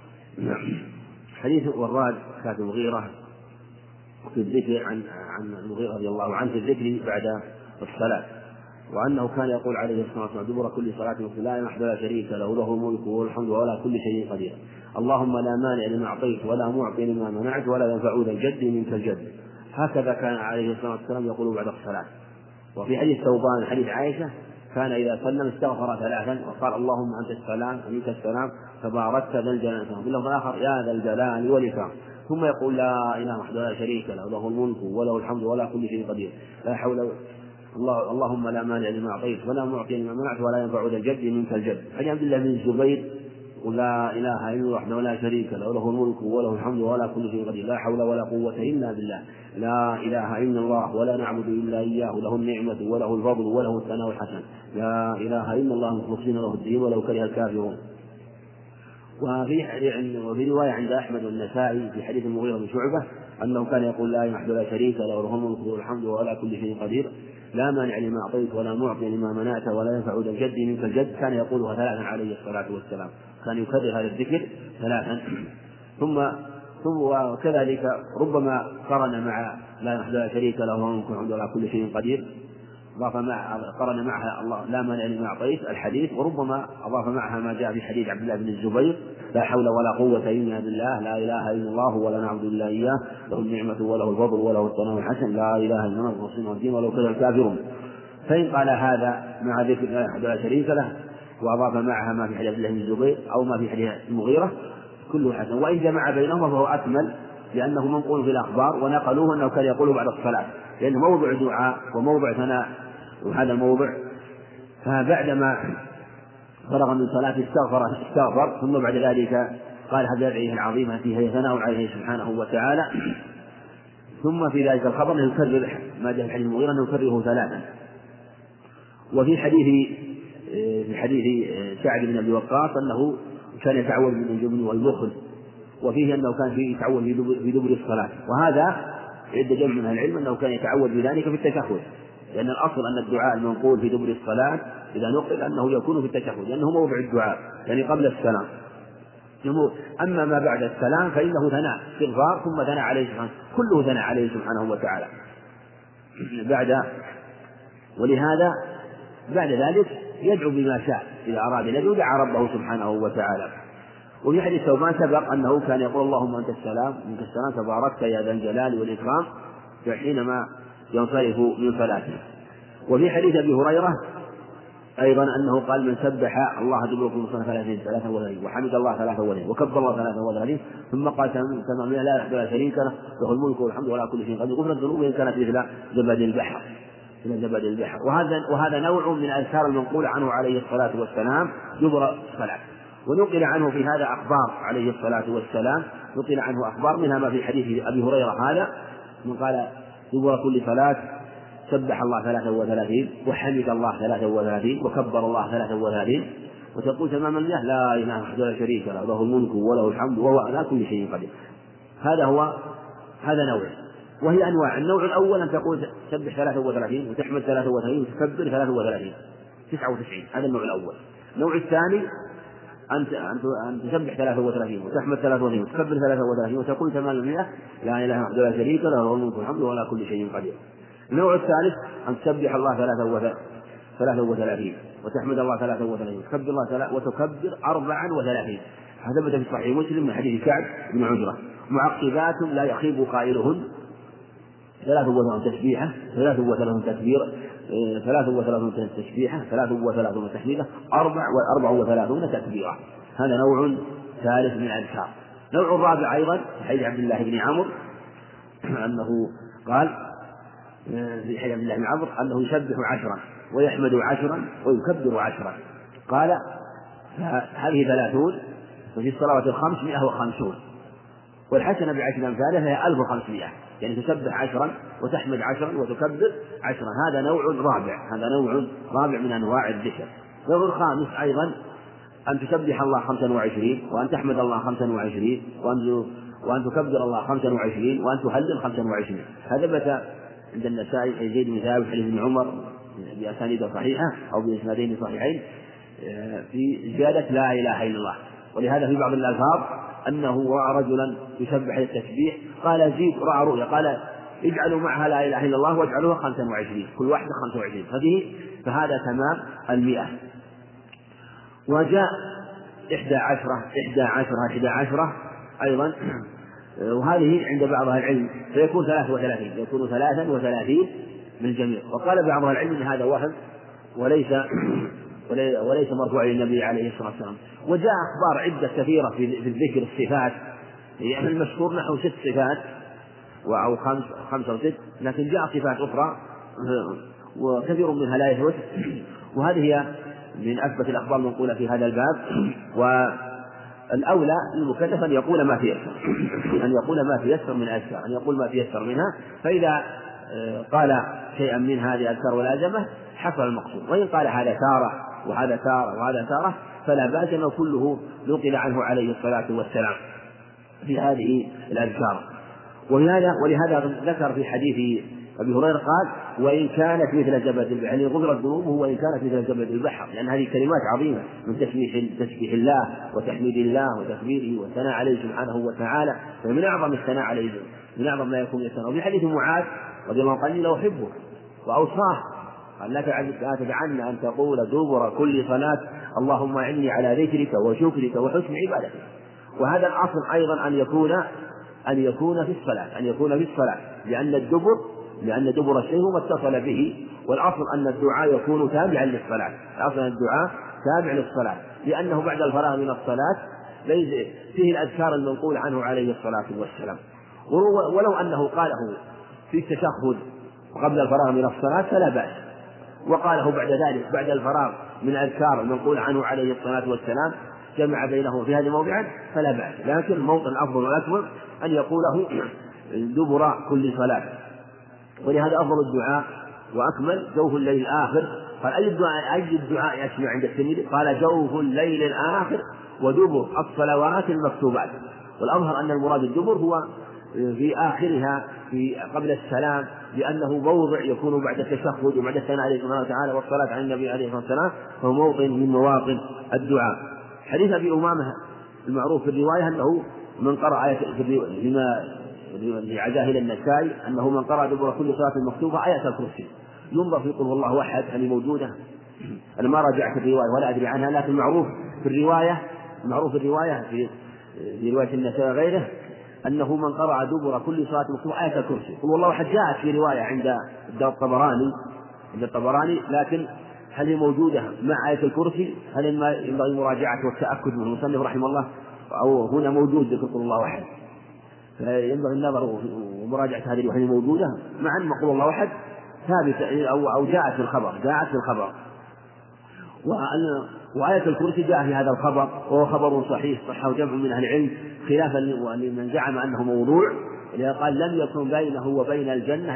حديث وراد كاتب المغيرة في الذكر عن المغيرة رضي الله عنه في الذكر بعد الصلاة، وأنه كان يقول عليه الصلاة والسلام دبر كل صلاة لا إله إلا لا شريك له، له الملك وله الحمد ولا كل شيء قدير، اللهم لا مانع لما أعطيت ولا معطي لما منعت ولا ينفع ذا الجد منك الجد. هكذا كان عليه الصلاة والسلام يقول بعد الصلاة. وفي حديث ثوبان حديث عائشة كان إذا سلم استغفر ثلاثا وقال اللهم أنت السلام ومنك السلام تباركت ذا الجلال، وفي اللفظ الآخر يا ذا الجلال والإكرام، ثم يقول لا إله وحده لا شريك له، له الملك وله الحمد ولا كل شيء قدير، لا حول اللهم لا مانع لما أعطيت ولا معطي لما منعت ولا ينفع ذا الجد منك الجد. حديث عبد الله بن الزبير ولا إله إلا الله وحده لا شريك له، له الملك وله الحمد ولا كل شيء قدير، لا حول ولا قوة إلا بالله، لا إله إلا الله ولا نعبد إلا إياه، له النعمة وله الفضل وله الثناء الحسن، لا إله إلا الله مخلصين له الدين ولو كره الكافرون. وفي رواية عند أحمد والنسائي في حديث المغيرة بن شعبة أنه كان يقول لا إله إلا لا شريك له له الملك وله الحمد وهو على كل شيء قدير لا مانع لما أعطيت ولا معطي لما منعت ولا ينفع ذا الجد منك الجد. كان يقولها ثلاثا عليه الصلاة والسلام، كان يكرر هذا الذكر ثلاثا. ثم وكذلك ربما قرن مع لا إله إلا لا شريك له له الملك والحمد وهو على كل شيء قدير قرن معها الله لا مانع لما أعطيت الحديث، وربما أضاف معها ما جاء في حديث عبد الله بن الزبير لا حول ولا قوة إلا بالله لا إله إلا الله ولا نعبد إلا إياه له النعمة وله الفضل وله الثناء الحسن لا إله إلا الله المحسن والدين ولو كره الكافرون. فإن قال هذا مع ذكر لا إله لا شريك له وأضاف معها ما في حديث عبد الله بن الزبير أو ما في حديث المغيرة كله حسن، وإن جمع بينهما فهو أكمل لأنه منقول في الأخبار ونقلوه أنه كان يقوله بعد الصلاة لأنه موضع دعاء وموضع ثناء وهذا الموضع. فبعدما فرغ من صلاة استغفر ثم بعد ذلك قال هذه الأدعية العظيمة فيها ثناء عليه سبحانه وتعالى. ثم في ذلك الخبر أنه يكرر ما جاء في حديث المغيرة أنه يكرره ثلاثا. وفي حديث سعد بن أبي وقاص أنه كان يتعوذ من الجبن والبخل، وفيه أنه كان يتعوذ في دبر الصلاة، وهذا عند جمع من العلم أنه كان يتعوذ بذلك في التشهد، لأن الأصل أن الدعاء المنقول في دبر الصلاة إذا نقل أنه يكون في التشهد لأنه موضع الدعاء يعني قبل السلام. أما ما بعد السلام فإنه ثناء استغفار ثم ثناء عليه سبحانه، كله ثناء عليه سبحانه وتعالى ولهذا بعد ذلك يدعو بما شاء إذا أراد أن يدعو دعا ربه سبحانه وتعالى. وفي حديث ثوبان سبق أنه كان يقول اللهم أنت السلام منك السلام تباركت يا ذا الجلال والإكرام حينما ينصرف من صلاته. وفي حديث أبي هريرة أيضا أنه قال من سبح الله دبر كل صلاة 33 وحمد الله 33 وكبر الله 33 ثم قال تمام لا إله إلا شريك له له الملك والحمد ولا كل شيء قدير غفرت ذنوبه إن كانت مثل زبد البحر. وهذا نوع من الأذكار المنقول عنه عليه الصلاة والسلام دبر الصلاة. ونقل عنه في هذا أخبار عليه الصلاة والسلام، نقل عنه أخبار منها ما في حديث أبي هريرة هذا من قال دبر كل صلاة سبح الله 33 وحمد الله 33 وكبر الله 33 وتقول تمام الله لا إله إلا شريك له له الملك وله الحمد وهو على كل شيء قدير. هذا نوع، وهي أنواع. النوع الأول أن تقول سبح 33 وتحمد 33 وتكبر 33 99، هذا النوع الأول. النوع الثاني أن تسبح 33 وتحمد 33 وتكبر 33 وتقول تمام المئة لا إله إلا الله شريك له له الملك والحمد ولا كل شيء قدير. النوع الثالث أن تسبح الله 33 وتحمد الله 33 وتكبر الله وتكبر 34. هذا ثبت في صحيح مسلم من حديث كعب بن عجرة معقبات لا يخيب قائلهن 33 تسبيحة 33 تكبير 33 تسبيحة 33 تحميدة 34 تكبيرة. هذا نوع ثالث من الأذكار. نوع رابع أيضا في حديث عبد الله بن عمرو أنه قال في حديث عبد الله بن عمرو أنه يسبح 10 ويحمد 10 ويكبر 10. قال هذه 30 وفي الصلوات الخمس 150 والحسنة بعشر أمثالها هي 1500، يعني تسبح 10 وتحمد 10 وتكبر 10. هذا نوع رابع من أنواع الذكر. النوع الخامس أيضا أن تسبح الله 25 وأن تحمد الله 25 وأن تكبر الله 25 وأن تهلل 25. هذا ثبت عند النسائي في زيد بن ثابت حديث ابن عمر بأسانيد صحيحة أو بإسنادين صحيحين في زيادة لا إله إلا الله. ولهذا في بعض الألفاظ أنه رأى رجلا يسبح التسبيح قال زيد رأى رؤيا قال اجعلوا معها لا إله إلا الله واجعلوها 25 كل واحدة 25 فهذا تمام 100. وجاء 11 أيضا وهذه عند بعض أهل العلم فيكون 33 يكون 33 من الجميع. وقال بعض أهل العلم أن هذا وهم وليس مرفوع للنبي عليه الصلاة والسلام. وجاء أخبار عدة كثيرة في الذكر الصفات، يعني المشهور نحو 6 صفات أو 5 أو 6، لكن جاء صفات أخرى وكثير منها لا يثبت، وهذه هي من أثبت الأخبار المنقولة في هذا الباب. والأولى للمكلف أن يقول ما تيسر من الأذكار، أن يقول ما تيسر منها، فإذا قال شيئا من هذه الأذكار والأزمة حصل المقصود. وإن قال هذا تارة وهذا تارة وهذا تارة فلا بأس أنه كله نقل عنه عليه الصلاة والسلام في هذه الأذكار. ولهذا ذكر في حديث أبي هريرة قال: وإن كانت مثل زبد البحر، يعني غفرت ذنوبه وإن كانت مثل زبد البحر، لأن هذه كلمات عظيمة من تسبيح الله وتحميد الله وتكبيره والثناء عليه سبحانه وتعالى، فمن أعظم الثناء عليه، من أعظم ما يكون الثناء. وفي حديث معاذ رضي الله عنه قال: لو أحبه وأوصاه قال: لا تدعن أن تقول دبر كل صلاة اللهم أعني على ذكرك وشكرك وحسن عبادتك. وهذا الأصل أيضا أن يكون في الصلاة، لأن دبر الشيء ما اتصل به، والأصل أن الدعاء يكون تابعا للصلاة، لأنه بعد الفراغ من الصلاة ليس فيه الأذكار المنقول عنه عليه الصلاة والسلام. ولو أنه قاله في التشهد قبل الفراغ من الصلاة فلا بأس، وقاله بعد ذلك بعد الفراغ من الأذكار المنقول عنه عليه الصلاة والسلام جمع بينه في هذه الموضع فلا بأس، لكن الموطن الأفضل والأكمل أن يقوله دبر كل صلاة. ولهذا أفضل الدعاء وأكمل جوف الليل الآخر. قال: أي الدعاء يشمع عند الترمذي؟ قال: جوف الليل الآخر ودبر الصلوات المكتوبات. والأظهر أن المراد الدبر هو في آخرها قبل السلام، لأنه موضع يكون بعد التشهد وبعد الثناء عليه سبحانه وتعالى والصلاة على النبي عليه الصلاة والسلام، فهو موطن من مواطن الدعاء. حديث أبي أمامة المعروف في الرواية أنه من قرأ آية لعزاه إلى النسائي أنه من قرأ دبر كل صلاة مكتوبة آية الكرسي. ينظر في قل هو الله أحد هل موجودة؟ أنا ما راجعت الرواية ولا أدري عنها، لكن معروف في الرواية في رواية النسائي وغيره أنه من قرأ دبر كل صلاة مكتوبة آية الكرسي. قل هو الله أحد جاءت في رواية عند الطبراني، لكن هل هي موجودة مع آية الكرسي؟ هل ينبغي مراجعة والتأكد من المصنف رحمه الله، أو هنا موجود ذكر قل الله أحد؟ فينبغي النظر ومراجعة هذه الوحي موجودة مع أن قل الله أحد ثابتة أو جاءت في الخبر. وآية الكرسي جاء في هذا الخبر، وهو خبر صحيح صحه جمع من أهل العلم، خلافا لمن زعم أنه موضوع، لأنه قال: لم يكن بينه وبين الجنة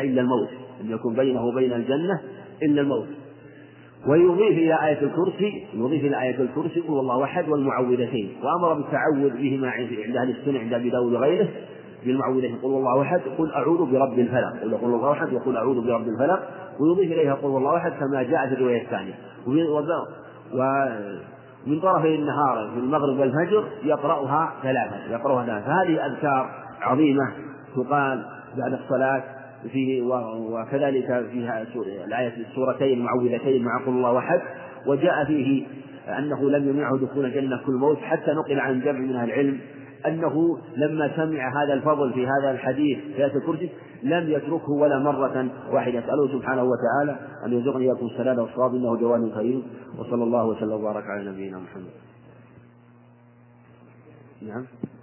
إلا الموت. ويضيف إلى آية الكرسي قل الله أحد والمعوذتين، وأمر بالتعوذ بهما عند أهل السنة عند أبي داود وغيره بالمعوذتين: قل الله أحد قل أعوذ برب الفلق، قل الله أحد وقل أعوذ برب الفلق، ويضيف إليها قل الله أحد كما جاء في الرواية الثانية. ومن طرفي النهار في المغرب والفجر يقرأها ثلاثة. فهذه أذكار عظيمة تقال بعد الصلاة فيه، وكذلك فيها الآية السورتين المعوذتين مع قل الله أحد. وجاء فيه أنه لم يمنعه دخول الجنة كل موت، حتى نقل عن جمع من أهل العلم أنه لما سمع هذا الفضل في هذا الحديث في آية الكرسي لم يتركه ولا مرة واحدة. أسأله سبحانه وتعالى أن يرزقني إياكم السلام والصواب، إنه جواد كريم، وصلى الله وسلم وبارك على نبينا محمد. نعم.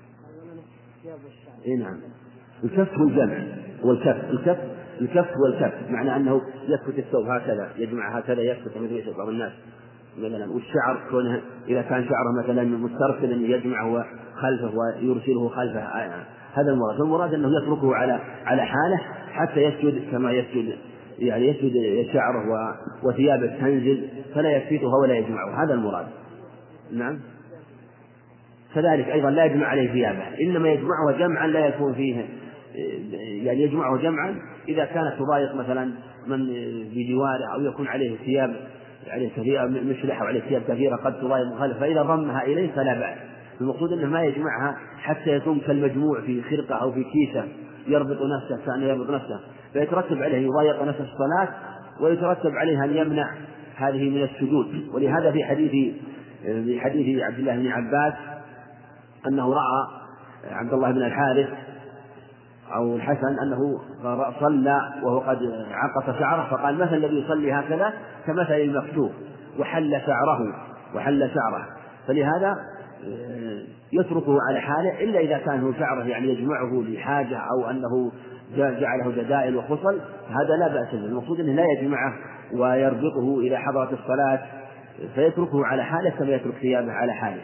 نعم. الكف والجمع الكف والكف معنى أنه يسكت الثوب هكذا، يجمع هكذا يسكت مثل يسكت بعض الناس مثلا. والشعر كونه إذا كان شعره مثلا مسترسلا يجمعه خلفه ويرسله خلفه، هذا المراد أنه يتركه على حاله حتى يسجد كما يسجد شعره وثيابه تنزل، فلا يكفته ولا يجمعه، هذا المراد. نعم. كذلك أيضا لا يجمع عليه ثيابه، إنما يجمعه جمعا لا يكون فيه، يعني يجمعه جمعا إذا كانت تضايق مثلا من بجواره، أو يكون عليه ثياب كثيرة مشلحة وعليه ثياب كثيرة قد تضايق مخالف، فإذا ضمها إليه فلا بأس. المقصود أنه ما يجمعها حتى يكون كالمجموع في خرقة أو في كيسة يربط نفسه فيترتب عليه يضايق نفس الصلاة، ويترتب عليه أن يمنع هذه من السجود. ولهذا في حديث عبد الله بن عباس أنه رأى عبد الله بن الحارث أو الحسن أنه صلى وهو قد عقص شعره، فقال: مثل الذي يصلي هكذا كمثل المكتوب وحل شعره. فلهذا يتركه على حاله، إلا إذا كان هو شعره يعني يجمعه لحاجة أو أنه جعله جدائل وخصل، هذا لا بأس به. المقصود أنه لا يجمعه ويربطه إلى حضرة الصلاة، فيتركه على حاله كما يترك ثيابه على حاله.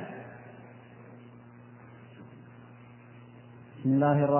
بسم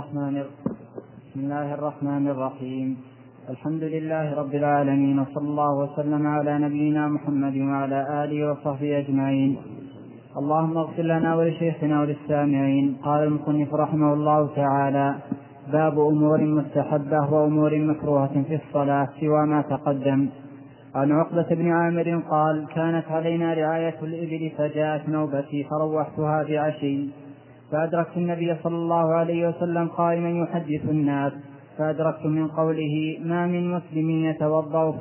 الله الرحمن الرحيم. الحمد لله رب العالمين، وصلى الله وسلم على نبينا محمد وعلى آله وصحبه أجمعين. اللهم اغفر لنا ولشيخنا وللسامعين. قال المصنف رحمه الله تعالى: باب أمور مستحبة وأمور مكروهة في الصلاة سوى ما تقدم. عن عقبة بن عامر قال: كانت علينا رعاية الإبل فجاءت نوبتي فروحتها بعشي فأدركت النبي صلى الله عليه وسلم قائما يحدث الناس، فأدركت من قوله: ما من مسلم يتوضأ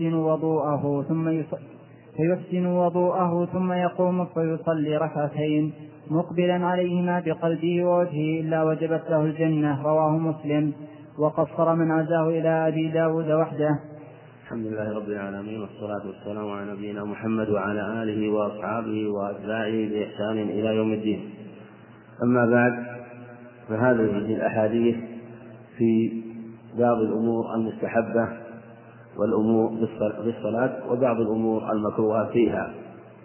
فيحسن وضوءه ثم يقوم فيصلي ركعتين مقبلا عليهما بقلبه ووجهه إلا وجبت له الجنة. رواه مسلم. وقصر من عزاه إلى أبي داود وحده. الحمد لله رب العالمين، والصلاة والسلام على نبينا محمد وعلى آله وأصحابه وأتباعه بإحسان إلى يوم الدين. أما بعد، فهذه الأحاديث في بعض الأمور المستحبة والأمور بالصلاة وبعض الأمور المكروهة فيها.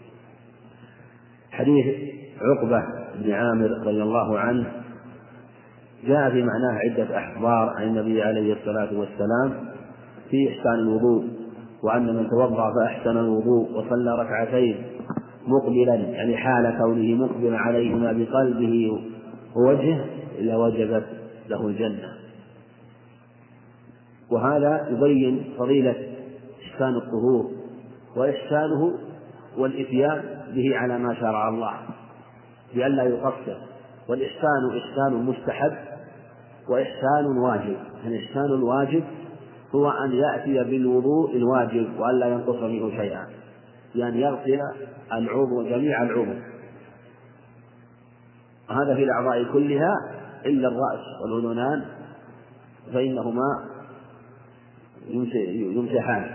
حديث عقبة بن عامر رضي الله عنه جاء في معناه عدة أخبار عن النبي عليه الصلاة والسلام في إحسان الوضوء، وأن من توضأ فأحسن الوضوء وصلى ركعتين مقبلا، يعني حال كونه مقبلا عليهما بقلبه ووجهه، إلا وجبت له الجنة. وهذا يبين فضيلة إحسان الطهور وإحسانه والإتيان به على ما شرع الله بألا يقصر. والإحسان إحسان مستحب وإحسان واجب. الإحسان الواجب هو أن يأتي بالوضوء الواجب وألا ينقص منه شيئا، يعني يغسل العضو جميع العضو، هذا في الأعضاء كلها إلا الرأس والأذنان فإنهما يمسحان.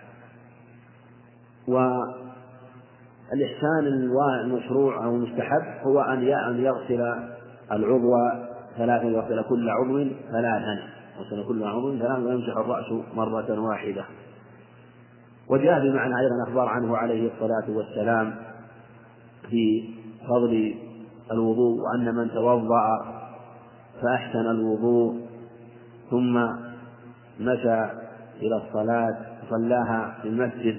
والإحسان المشروع أو المستحب هو أن يغسل العضو ثلاثا، يغسل كل عضو ثلاثا، ويمسح الرأس مرة واحدة. وجاء بمعنى أيضا أخبار عنه عليه الصلاة والسلام في فضل الوضوء، وأن من توضأ فأحسن الوضوء ثم مشى إلى الصلاة صلاها في المسجد،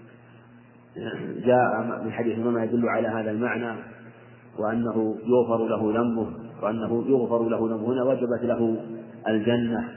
جاء من حديث ما يدل على هذا المعنى، وأنه يغفر له ذنبه هنا وجبت له الجنة.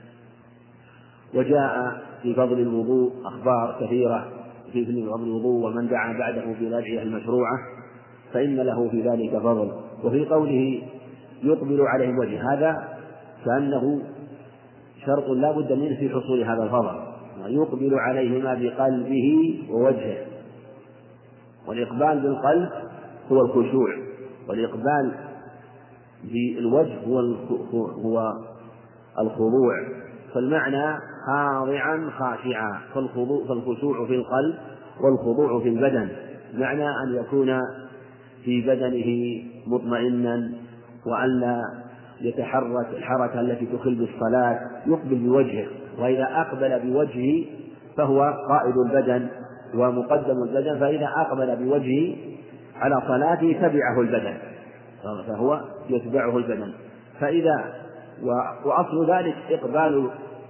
وجاء في فضل الوضوء أخبار كثيرة في فضل الوضوء، ومن دعا بعده بالأدعية المشروعة فإن له في ذلك فضل. وفي قوله يقبل عليهم وجه، هذا كأنه شرط لا بد منه في حصول هذا الفضل، يقبل عليهما بقلبه ووجهه. والإقبال بالقلب هو الخشوع، والإقبال بالوجه هو الخضوع. فالمعنى خاضعا خاشعا، فالخشوع في القلب والخضوع في البدن، معنى أن يكون في بدنه مطمئنا وألا يتحرك الحركة التي تخل بالصلاة، يقبل بوجهه. وإذا أقبل بوجهه فهو قائد البدن ومقدم البدن، فإذا أقبل بوجهه على صلاته تبعه البدن، فهو يتبعه البدن. وأصل ذلك إقبال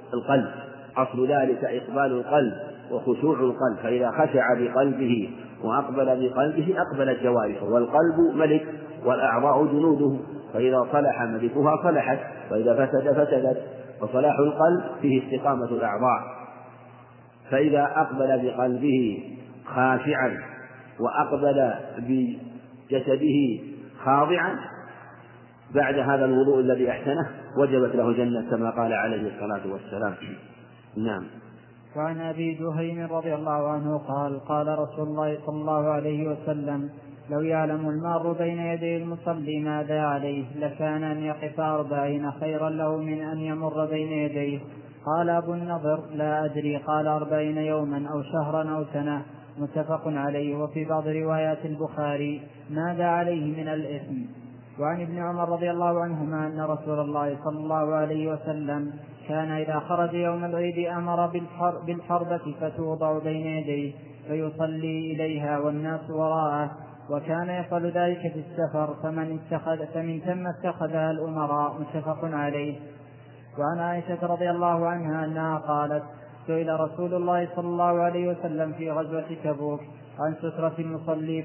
القلب وخشوع القلب، فإذا خشع بقلبه وأقبل بقلبه أقبلت جوارحه. والقلب ملك والأعضاء جنوده، فإذا صلح ملكها صلحت، وإذا فسدت. وصلاح القلب فيه استقامة الأعضاء. فإذا أقبل بقلبه خاشعا وأقبل بجسده خاضعا بعد هذا الوضوء الذي أحسنه وجبت له الجنة كما قال عليه الصلاة والسلام. نعم. وعن أبي جهيم رضي الله عنه قال: قال رسول الله صلى الله عليه وسلم: لو يعلم المار بين يدي المصلي ماذا عليه لكان أن يقف 40 خيرا له من أن يمر بين يديه. قال أبو النضر: لا أدري. قال 40 يوما أو شهرا أو سنة. متفق عليه. وفي بعض روايات البخاري: ماذا عليه من الإثم. وعن ابن عمر رضي الله عنهما أن رسول الله صلى الله عليه وسلم كان إذا خرج يوم العيد أمر بالحربة فتوضع بين يديه فيصلي إليها والناس وراءه، وكان يفعل ذلك في السفر فمن ثم اتخذها الأمراء. متفق عليه. وعن عائشة رضي الله عنها أنها قالت: سئل رسول الله صلى الله عليه وسلم في غزوة تبوك عن سترة المصلي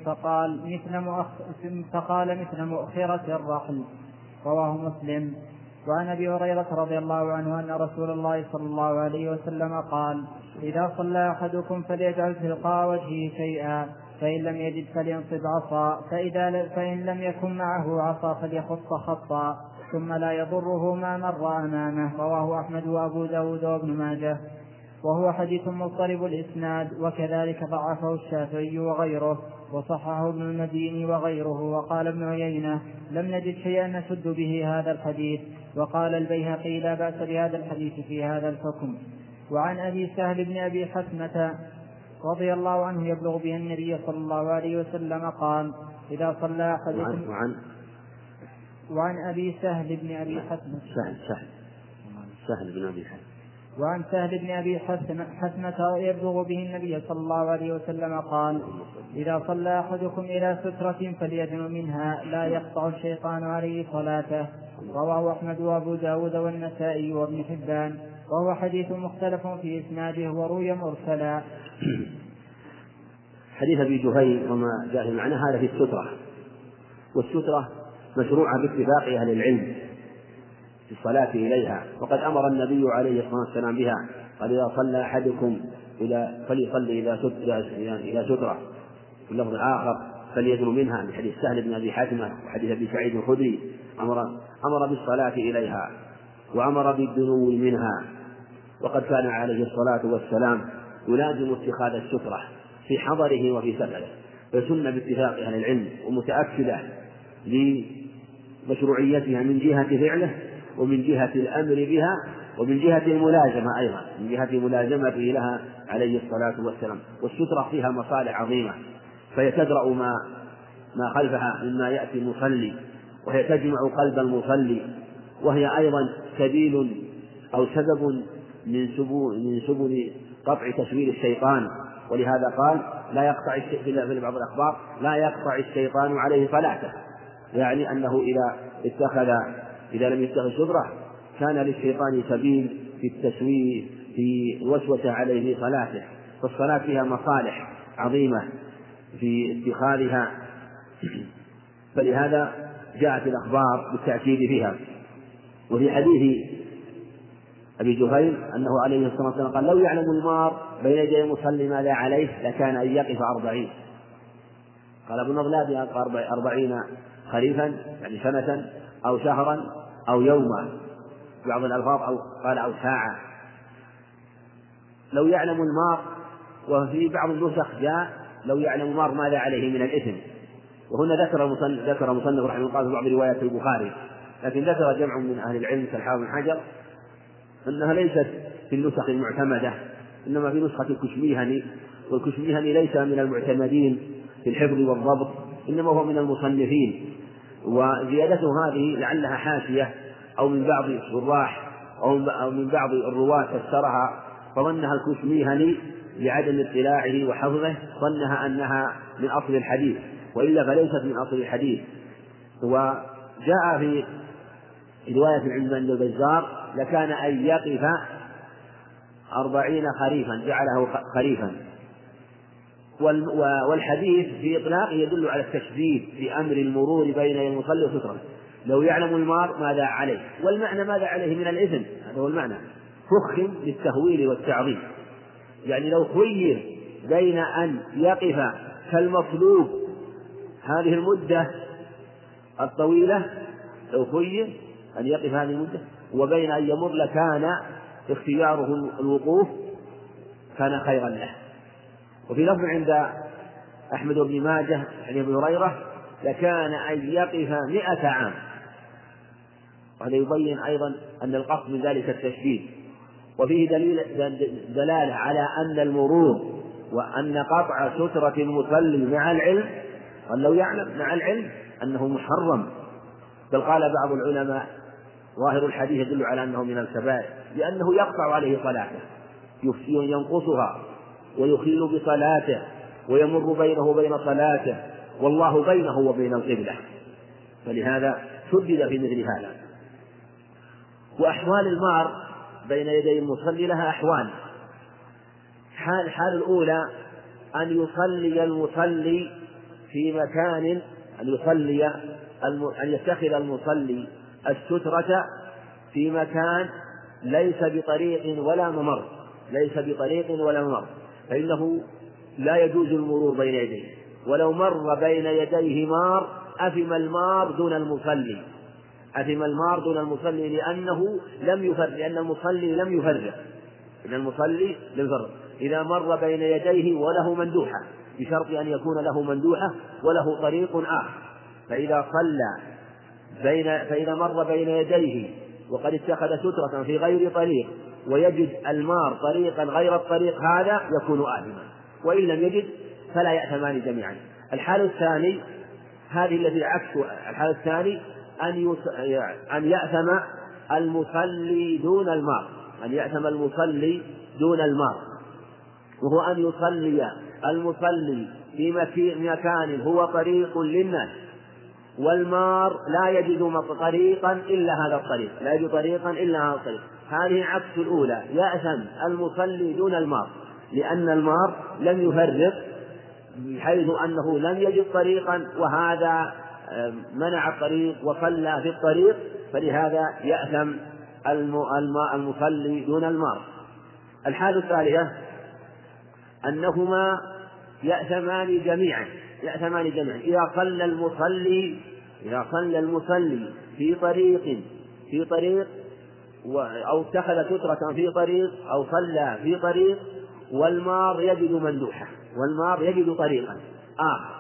فقال مثل مؤخرة الرحل. رواه مسلم. وعن أبي هريرة رضي الله عنه أن رسول الله صلى الله عليه وسلم قال: إذا صلى أحدكم فليجعل تلقاء وجهه شيئا، فإن لم يجد فلينصب عصا، فإن لم يكن معه عصا فليخط خطا، ثم لا يضره ما مر أمامه. رواه أحمد وأبو داود وابن ماجه، وهو حديث مضطرب الإسناد، وكذلك ضعفه الشافعي وغيره، وصححه ابن المديني وغيره. وقال ابن عيينة: لم نجد شيئا نسد به هذا الحديث. وقال البيهقي: لا بأس بهذا الحديث في هذا الحكم. وعن أبي سهل بن أبي حثمة رضي الله عنه يبلغ به النبي صلى الله عليه وسلم قال: إذا صلى أحدكم. وعن أبي سهل بن أبي حثمة وعن سهل بن أبي حثمة يبلغ به النبي صلى الله عليه وسلم قال: إذا صلى أحدكم إلى سترة فليدن منها، لا يقطع الشيطان عليه صلاته. رواه أحمد وأبو داود والنسائي وابن حبان، وهو حديث مختلف في إسناده وروي مرسلا. حديث أبي جهيل وما جاء معنى هذا في السترة، والسترة مشروعة باتفاق أهل العلم في الصلاة إليها، وقد أمر النبي عليه الصلاة والسلام بها. قال: إذا صلى أحدكم فليصلي إلى سترة. في اللفظ الآخر: فليدن منها، من حديث سهل بن أبي حاتمة وحديث أبي سعيد الخدري. أمر بالصلاة إليها وأمر بالدنو منها. وقد كان عليه الصلاة والسلام يلازم اتخاذ السترة في حضره وفي سفره، فسن باتفاق أهل العلم، ومتأكدة لمشروعيتها من جهة فعله ومن جهة الأمر بها ومن جهة الملازمة أيضا، من جهة ملازمته لها عليه الصلاة والسلام. والسترة فيها مصالح عظيمة، فهي تدرأ ما خلفها مما يأتي المصلي، وهي تجمع قلب المصلي، وهي أيضا سبيل أو سبب من سبل قطع تسويل الشيطان. ولهذا قال: لا يقطع في بعض الأخبار: لا يقطع الشيطان عليه صلاته، يعني أنه إذا لم يتخذ سترة كان للشيطان سبيل في التسويل، في الوسوسة عليه في صلاته. فالصلاة فيها مصالح عظيمة في اتخاذها، فلهذا جاءت الأخبار بالتأكيد فيها. وفي حديث أبي جهيل أنه عليه الصلاة والسلام قال: لو يعلم المار بين يدي المصلي ماذا عليه لكان أن يقف 40. قال ابن أغلاب: 40 خريفا، يعني سنة أو شهرا أو يوما، بعض الألفاظ أو ساعة. لو يعلم المار، وفي بعض النسخ جاء: لو يعلم المار ماذا عليه من الإثم. وهنا ذكر مصنف رحمه الله في بعض روايات البخاري، لكن ذكر جمع من أهل العلم كالحافظ بن حجر أنها ليست في النسخ المعتمدة، إنما في نسخة الكشميهني، والكشميهني ليس من المعتمدين في الحفظ والضبط، إنما هو من المصنفين. وزيادته هذه لعلها حاشية أو من بعض الشراح أو من بعض الرواة فسرها فظنها الكشميهني لعدم اطلاعه وحفظه، ظنها أنها من أصل الحديث، وإلا فليست من أصل الحديث. وجاء في رواية عند البزار: لكان أن يقف 40 خريفا، جعله خريفا. والحديث في إطلاقه يدل على التشديد في أمر المرور بين المصلي وستره. لو يعلم المار ماذا عليه، والمعنى ماذا عليه من الإثم، هذا هو المعنى، فخم للتهويل والتعظيم. يعني لو خير بين أن يقف كالمطلوب هذه المدة الطويلة، لو خير أن يقف هذه المدة وبين أن يمر لكان اختياره الوقوف، كان خيرا له. وفي لفظ عند أحمد بن ماجه عن أبي هريرة: لكان أن يقف 100 عام. وهذا يبين أيضا أن القصد من ذلك التشديد. وفيه دلالة على أن المرور وأن قطع سترة المصلي مع العلم، قال لو يعلم مع العلم أنه محرم. بل قال بعض العلماء: ظاهر الحديث يدل على أنه من الكبائر، لأنه يقطع عليه صلاته، ينقصها ويخل بصلاته ويمر بينه وبين صلاته، والله بينه وبين القبلة، فلهذا شدد في مثل هذا. وأحوال المار بين يدي المصلي لها أحوال. الحال الأولى أن يصلي المصلي في مكان أن يتخذ المصلي السترة في مكان ليس بطريق ولا ممر، فإنه لا يجوز المرور بين يديه، ولو مر بين يديه مار أثم المار دون المصلي لأنه لم يفرق، لأن المصلي لم يفرق إذا مر بين يديه وله مندوحة، بشرط أن يكون له مندوحة وله طريق آخر، فإذا مر بين يديه وقد اتخذ سترة في غير طريق ويجد المار طريقا غير الطريق هذا يكون آثما، وإن لم يجد فلا يأثمان جميعا. الحال الثاني هذه التي عكس الحال الثاني أن يأثم المصلي دون المار، وهو أن يصلي المصلي في مكان هو طريق للناس والمار لا يجد طريقا إلا هذا الطريق، هذه عكس الأولى، يأثم المصلي دون المار، لأن المار لم يفرق بحيث أنه لم يجد طريقا وهذا منع الطريق وصلى في الطريق، فلهذا يأثم المصلي دون المار. الحالة الثالثة أنهما يأثمان جميعا إذا صلى المصلي في طريق أو اتخذ سترة في طريق أو صلى في طريق والمار يجد طريقا آخر،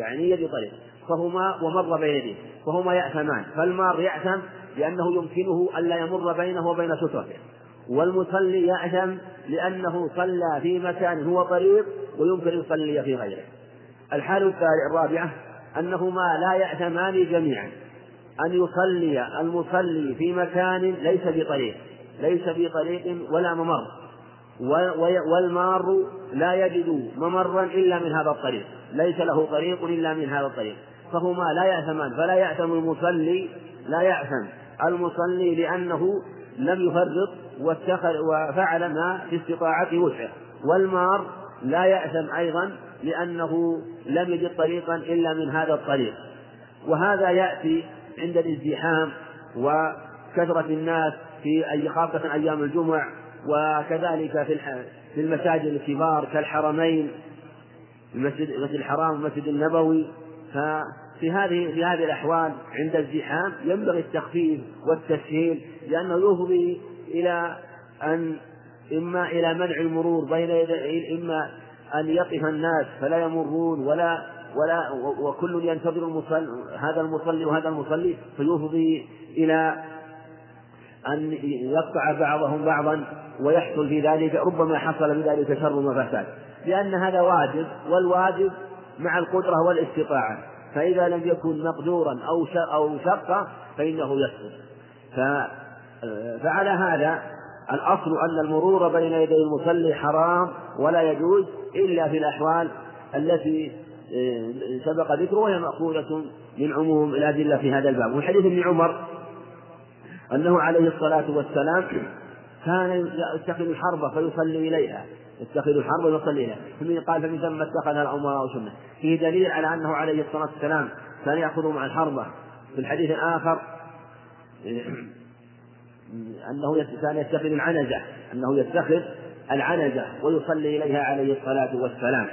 ومر بين يديه فهما يأثمان، فالمار يأثم لأنه يمكنه ألا يمر بينه وبين سترته، والمصلي يأثم لأنه صلى في مكان هو طريق ويمكن يصلي في غيره. الحالة الرابعة أنهما لا يأثمان جميعا، أن يصلي المصلي في مكان ليس بطريق ولا ممر، والمار لا يجد ممرا إلا من هذا الطريق، ليس له طريق إلا من هذا الطريق، فهما لا يأثمان، فلا يأثم المصلي لأنه لم يفرط وفعل ما في استطاعته وسعه، والمار لا يأثم أيضا لأنه لم يجد طريقا إلا من هذا الطريق. وهذا يأتي عند الازدحام وكثرة الناس في خاصة أيام الجمع، وكذلك في المساجد الكبار كالحرمين، المسجد الحرام والمسجد النبوي. ففي هذه الأحوال عند الازدحام ينبغي التخفيف والتسهيل، لأنه يفضي إما إلى منع المرور بين يديه، إما أن يقف الناس فلا يمرون وكل ينتظر هذا المصلي وهذا المصلي، فيفضي إلى أن يقطع بعضهم بعضا ويحصل في ذلك، ربما حصل بذلك شر وفساد، لأن هذا واجب، والواجب مع القدرة والاستطاعة، فإذا لم يكن مقدورا أو شقة فإنه يسقط. فعلى هذا الأصل أن المرور بين يدي المصلي حرام ولا يجوز إلا في الأحوال التي سبق ذكره، وهي مأخوذة من عموم الأدلة في هذا الباب. وحديث ابن عمر أنه عليه الصلاة والسلام كان يتخذ الحربة فيصلي إليها، ثم قال فمن ثم اتخذها الأمراء سنة، فيه دليل على أنه عليه الصلاة والسلام كان يأخذ مع الحربة. في الحديث الآخر أنه كان يتخذ العنزة ويصلي إليها عليه الصلاة والسلام،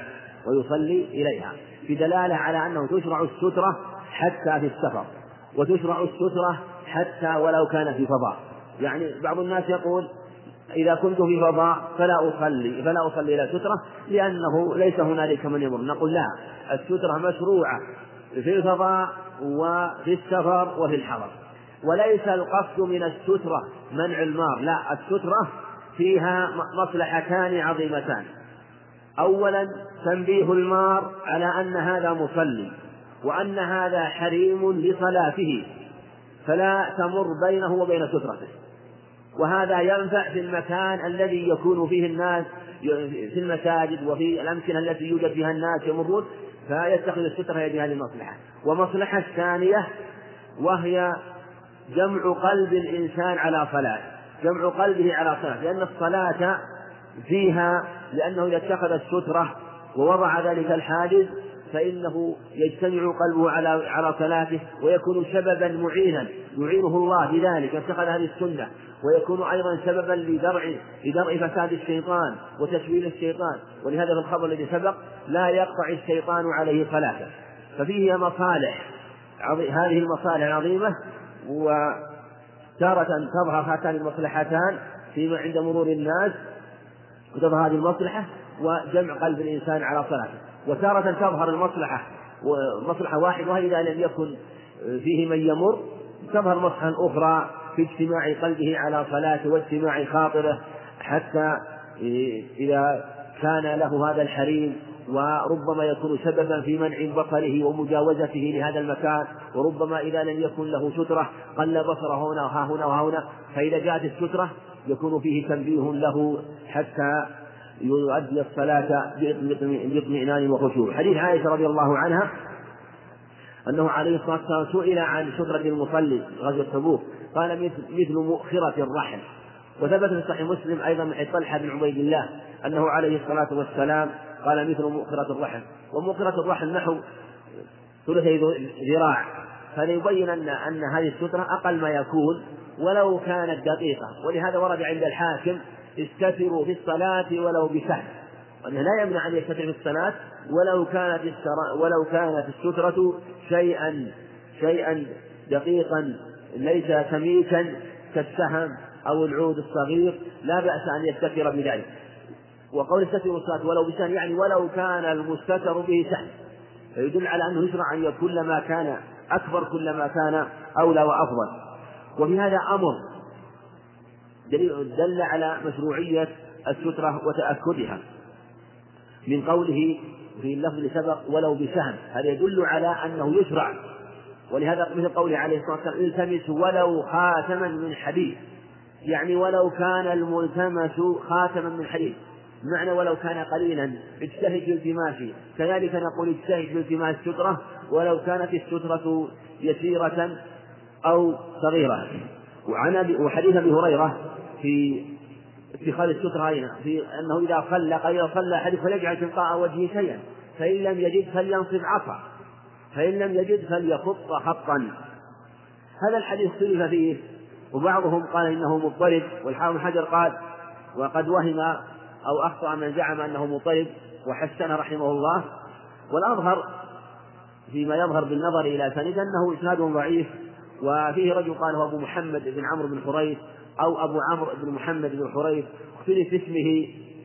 في دلالة على أنه تشرع السترة حتى في السفر، وتشرع السترة حتى ولو كان في فضاء. يعني بعض الناس يقول إذا كنت في فضاء فلا أصلي إلى سترة لأنه ليس هنالك من يمر. نقول لا، السترة مشروعة في الفضاء وفي السفر وفي الحضر، وليس القصد من السترة منع المار، لا، السترة فيها مصلحتان عظيمتان: أولا تنبيه المار على أن هذا مصلي وأن هذا حريم لصلاته فلا تمر بينه وبين سترته، وهذا ينفع في المكان الذي يكون فيه الناس، في المساجد وفي الأمكنة التي يوجد فيها الناس يمرون، فيتخذ السترة بهذه المصلحة. ومصلحة الثانية وهي جمع قلب الإنسان على صلاة، لأن الصلاة فيها، لأنه إذا اتخذ السترة ووضع ذلك الحاجز فإنه يجتمع قلبه على صلاته، ويكون سببا يعينه الله بذلك، اتخذ هذه السنة، ويكون أيضا سببا لدرء فساد الشيطان وتسويل الشيطان. ولهذا في الخبر الذي سبق لا يقطع الشيطان عليه صلاته. ففيه مصالح، هذه المصالح العظيمة، وتارة تظهر هاتان المصلحتان فيما عند مرور الناس، وتظهر هذه المصلحة وجمع قلب الإنسان على صلاته، وتارة تظهر مصلحة واحدة، وإذا لم يكن فيه من يمر تظهر مصلحة أخرى في اجتماع قلبه على صلاته واجتماع خاطره، حتى إذا كان له هذا الحريم وربما يكون سببا في منع بصره ومجاوزته لهذا المكان، وربما إذا لم يكن له سترة قل بصره هنا وها هنا وها هنا، فإذا جاءت السترة يكون فيه تنبيه له حتى يؤدي الصلاة باطمئنان وخشوع. حديث عائشة رضي الله عنها أنه عليه الصلاة والسلام سئل عن سترة المصلي غزوة تبوك قال مثل مؤخرة الرحل. وثبت في صحيح مسلم أيضا من حديث طلحة بن عبيد الله أنه عليه الصلاة والسلام قال مثل مؤخرة الرحل. ومؤخرة الرحل نحو ثلثي ذراع، فليبين أن هذه السترة أقل ما يكون ولو كانت دقيقة. ولهذا ورد عند الحاكم استتروا في الصلاة ولو بسهم، وأنه لا يمنع أن يستتر في الصلاة ولو كانت السترة شيئا دقيقا ليس سميكا كالسهم أو العود الصغير، لا بأس أن يستتر بذلك. وقول استتروا الصلاة ولو بسهم يعني ولو كان المستتر به سهم، فيدل على أنه يشرع أن كل ما كان أكبر كل ما كان أولى وأفضل. وفي هذا أمر دل على مشروعية السترة وتأكدها من قوله في اللفظ اللي سبق ولو بسهم، هذا يدل على أنه يشرع. ولهذا مثل قوله عليه الصلاة والسلام التمس ولو خاتما من حديد، يعني ولو كان الملتمس خاتما من حديد، معنى ولو كان قليلا اجتهد بالتماسه. كذلك نقول اجتهد بالتماس السترة ولو كانت السترة يسيرة أو صغيرة. وحديث أبي هريرة في اتخاذ السترة هنا في أنه إذا صلى أحدكم فليجعل تلقاء وجهه شيئا، فإن لم يجد فلينصب عصا، فإن لم يجد فليخط خطا. هذا الحديث اختلف فيه، وبعضهم قال إنه مضطرب، والحافظ بن حجر قال وقد وهم أو أخطأ من زعم أنه مضطرب وحسنه رحمه الله. والأظهر فيما يظهر بالنظر إلى سند أنه إسناد ضعيف، وفيه رجل قال هو أبو محمد بن عمرو بن حريث أو أبو عمرو بن محمد بن حريث، اختلف في اسمه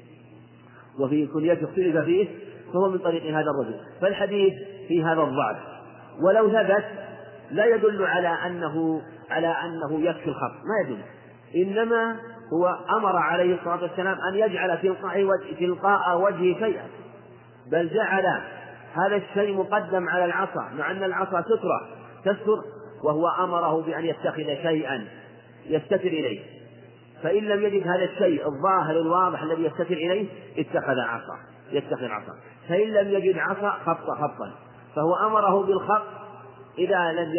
وفي كنيته اختلف فيه، فهو من طريق هذا الرجل. فالحديث في هذا الضعف، ولو ثبت لا يدل على أنه يكفي الخط، ما يدل، إنما هو أمر عليه الصلاة والسلام أن يجعل تلقاء وجهه شيئا، بل جعل هذا الشيء مقدم على العصا، مع أن العصا سترة تستر، وهو أمره بأن يتخذ شيئا يستتر إليه، فإن لم يجد هذا الشيء الظاهر الواضح الذي يستتر إليه يتخذ عصا، فإن لم يجد عصا خط خطا، فهو أمره بالخط إذا لم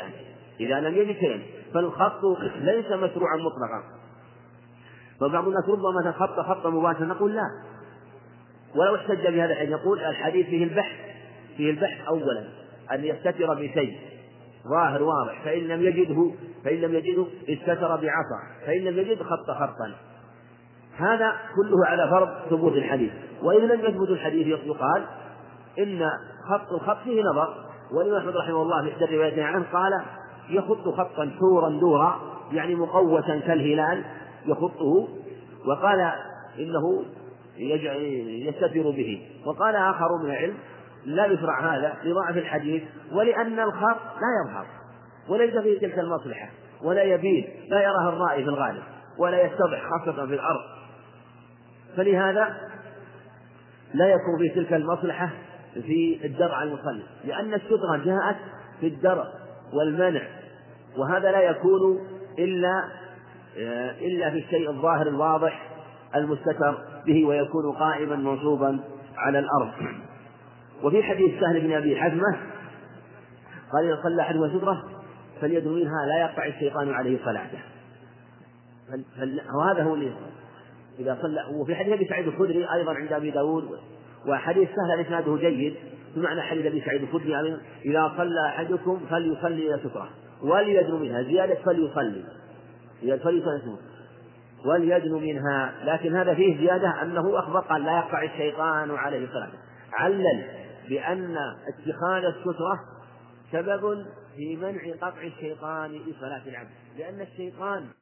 يجد شيئا، فالخط ليس مشروعا مطلقا. فبعض الناس ربما خط خطا مباشرة، نقول لا، ولو احتج بهذا الحديث نقول الحديث فيه البحث أولا أن يستتر بشيء ظاهر واضح، فإن لم يجده استتر بعصا، فإن لم يجد خط خطا. هذا كله على فرض ثبوت الحديث. وإذا لم يثبت الحديث يقال إن الخط فيه نظر. والإمام أحمد رحمه الله في إحدى الروايات عنه قال يخط خطا شورا دورا، يعني مقوسا كالهلال يخطه، وقال إنه يستتر به. وقال آخر من العلم لا يشرع هذا لضعف الحديث، ولأن الخط لا يظهر وليس فيه تلك المصلحة، ولا يبين، لا يراه الرائي في الغالب، ولا يتضح خاصة في الأرض، فلهذا لا يكون فيه تلك المصلحة في الدرع على المصلي، لأن السترة جاءت في الدرع والمنع، وهذا لا يكون إلا في الشيء الظاهر الواضح المستتر به، ويكون قائما منصوبا على الأرض. وفي حديث سهل بن أبي حزمة قال إذا صلى أحدهم سترة فليدن منها لا يقطع الشيطان عليه صلاته. وهذا هو إذا صلى. وفي حديث أبي سعيد الخدري أيضا عند أبي داود وحديث سهل إسناده جيد بمعنى حديث أبي سعيد الخدري إذا صلى أحدكم فليصلي إلى سترة وليدن منها زيادة فليصلي وليدن منها، لكن هذا فيه زيادة أنه أخبر قال لا يقع الشيطان عليه صلاته، علل بأن اتخاذ السترة سبب في منع قطع الشيطان لصلاة العبد، لأن الشيطان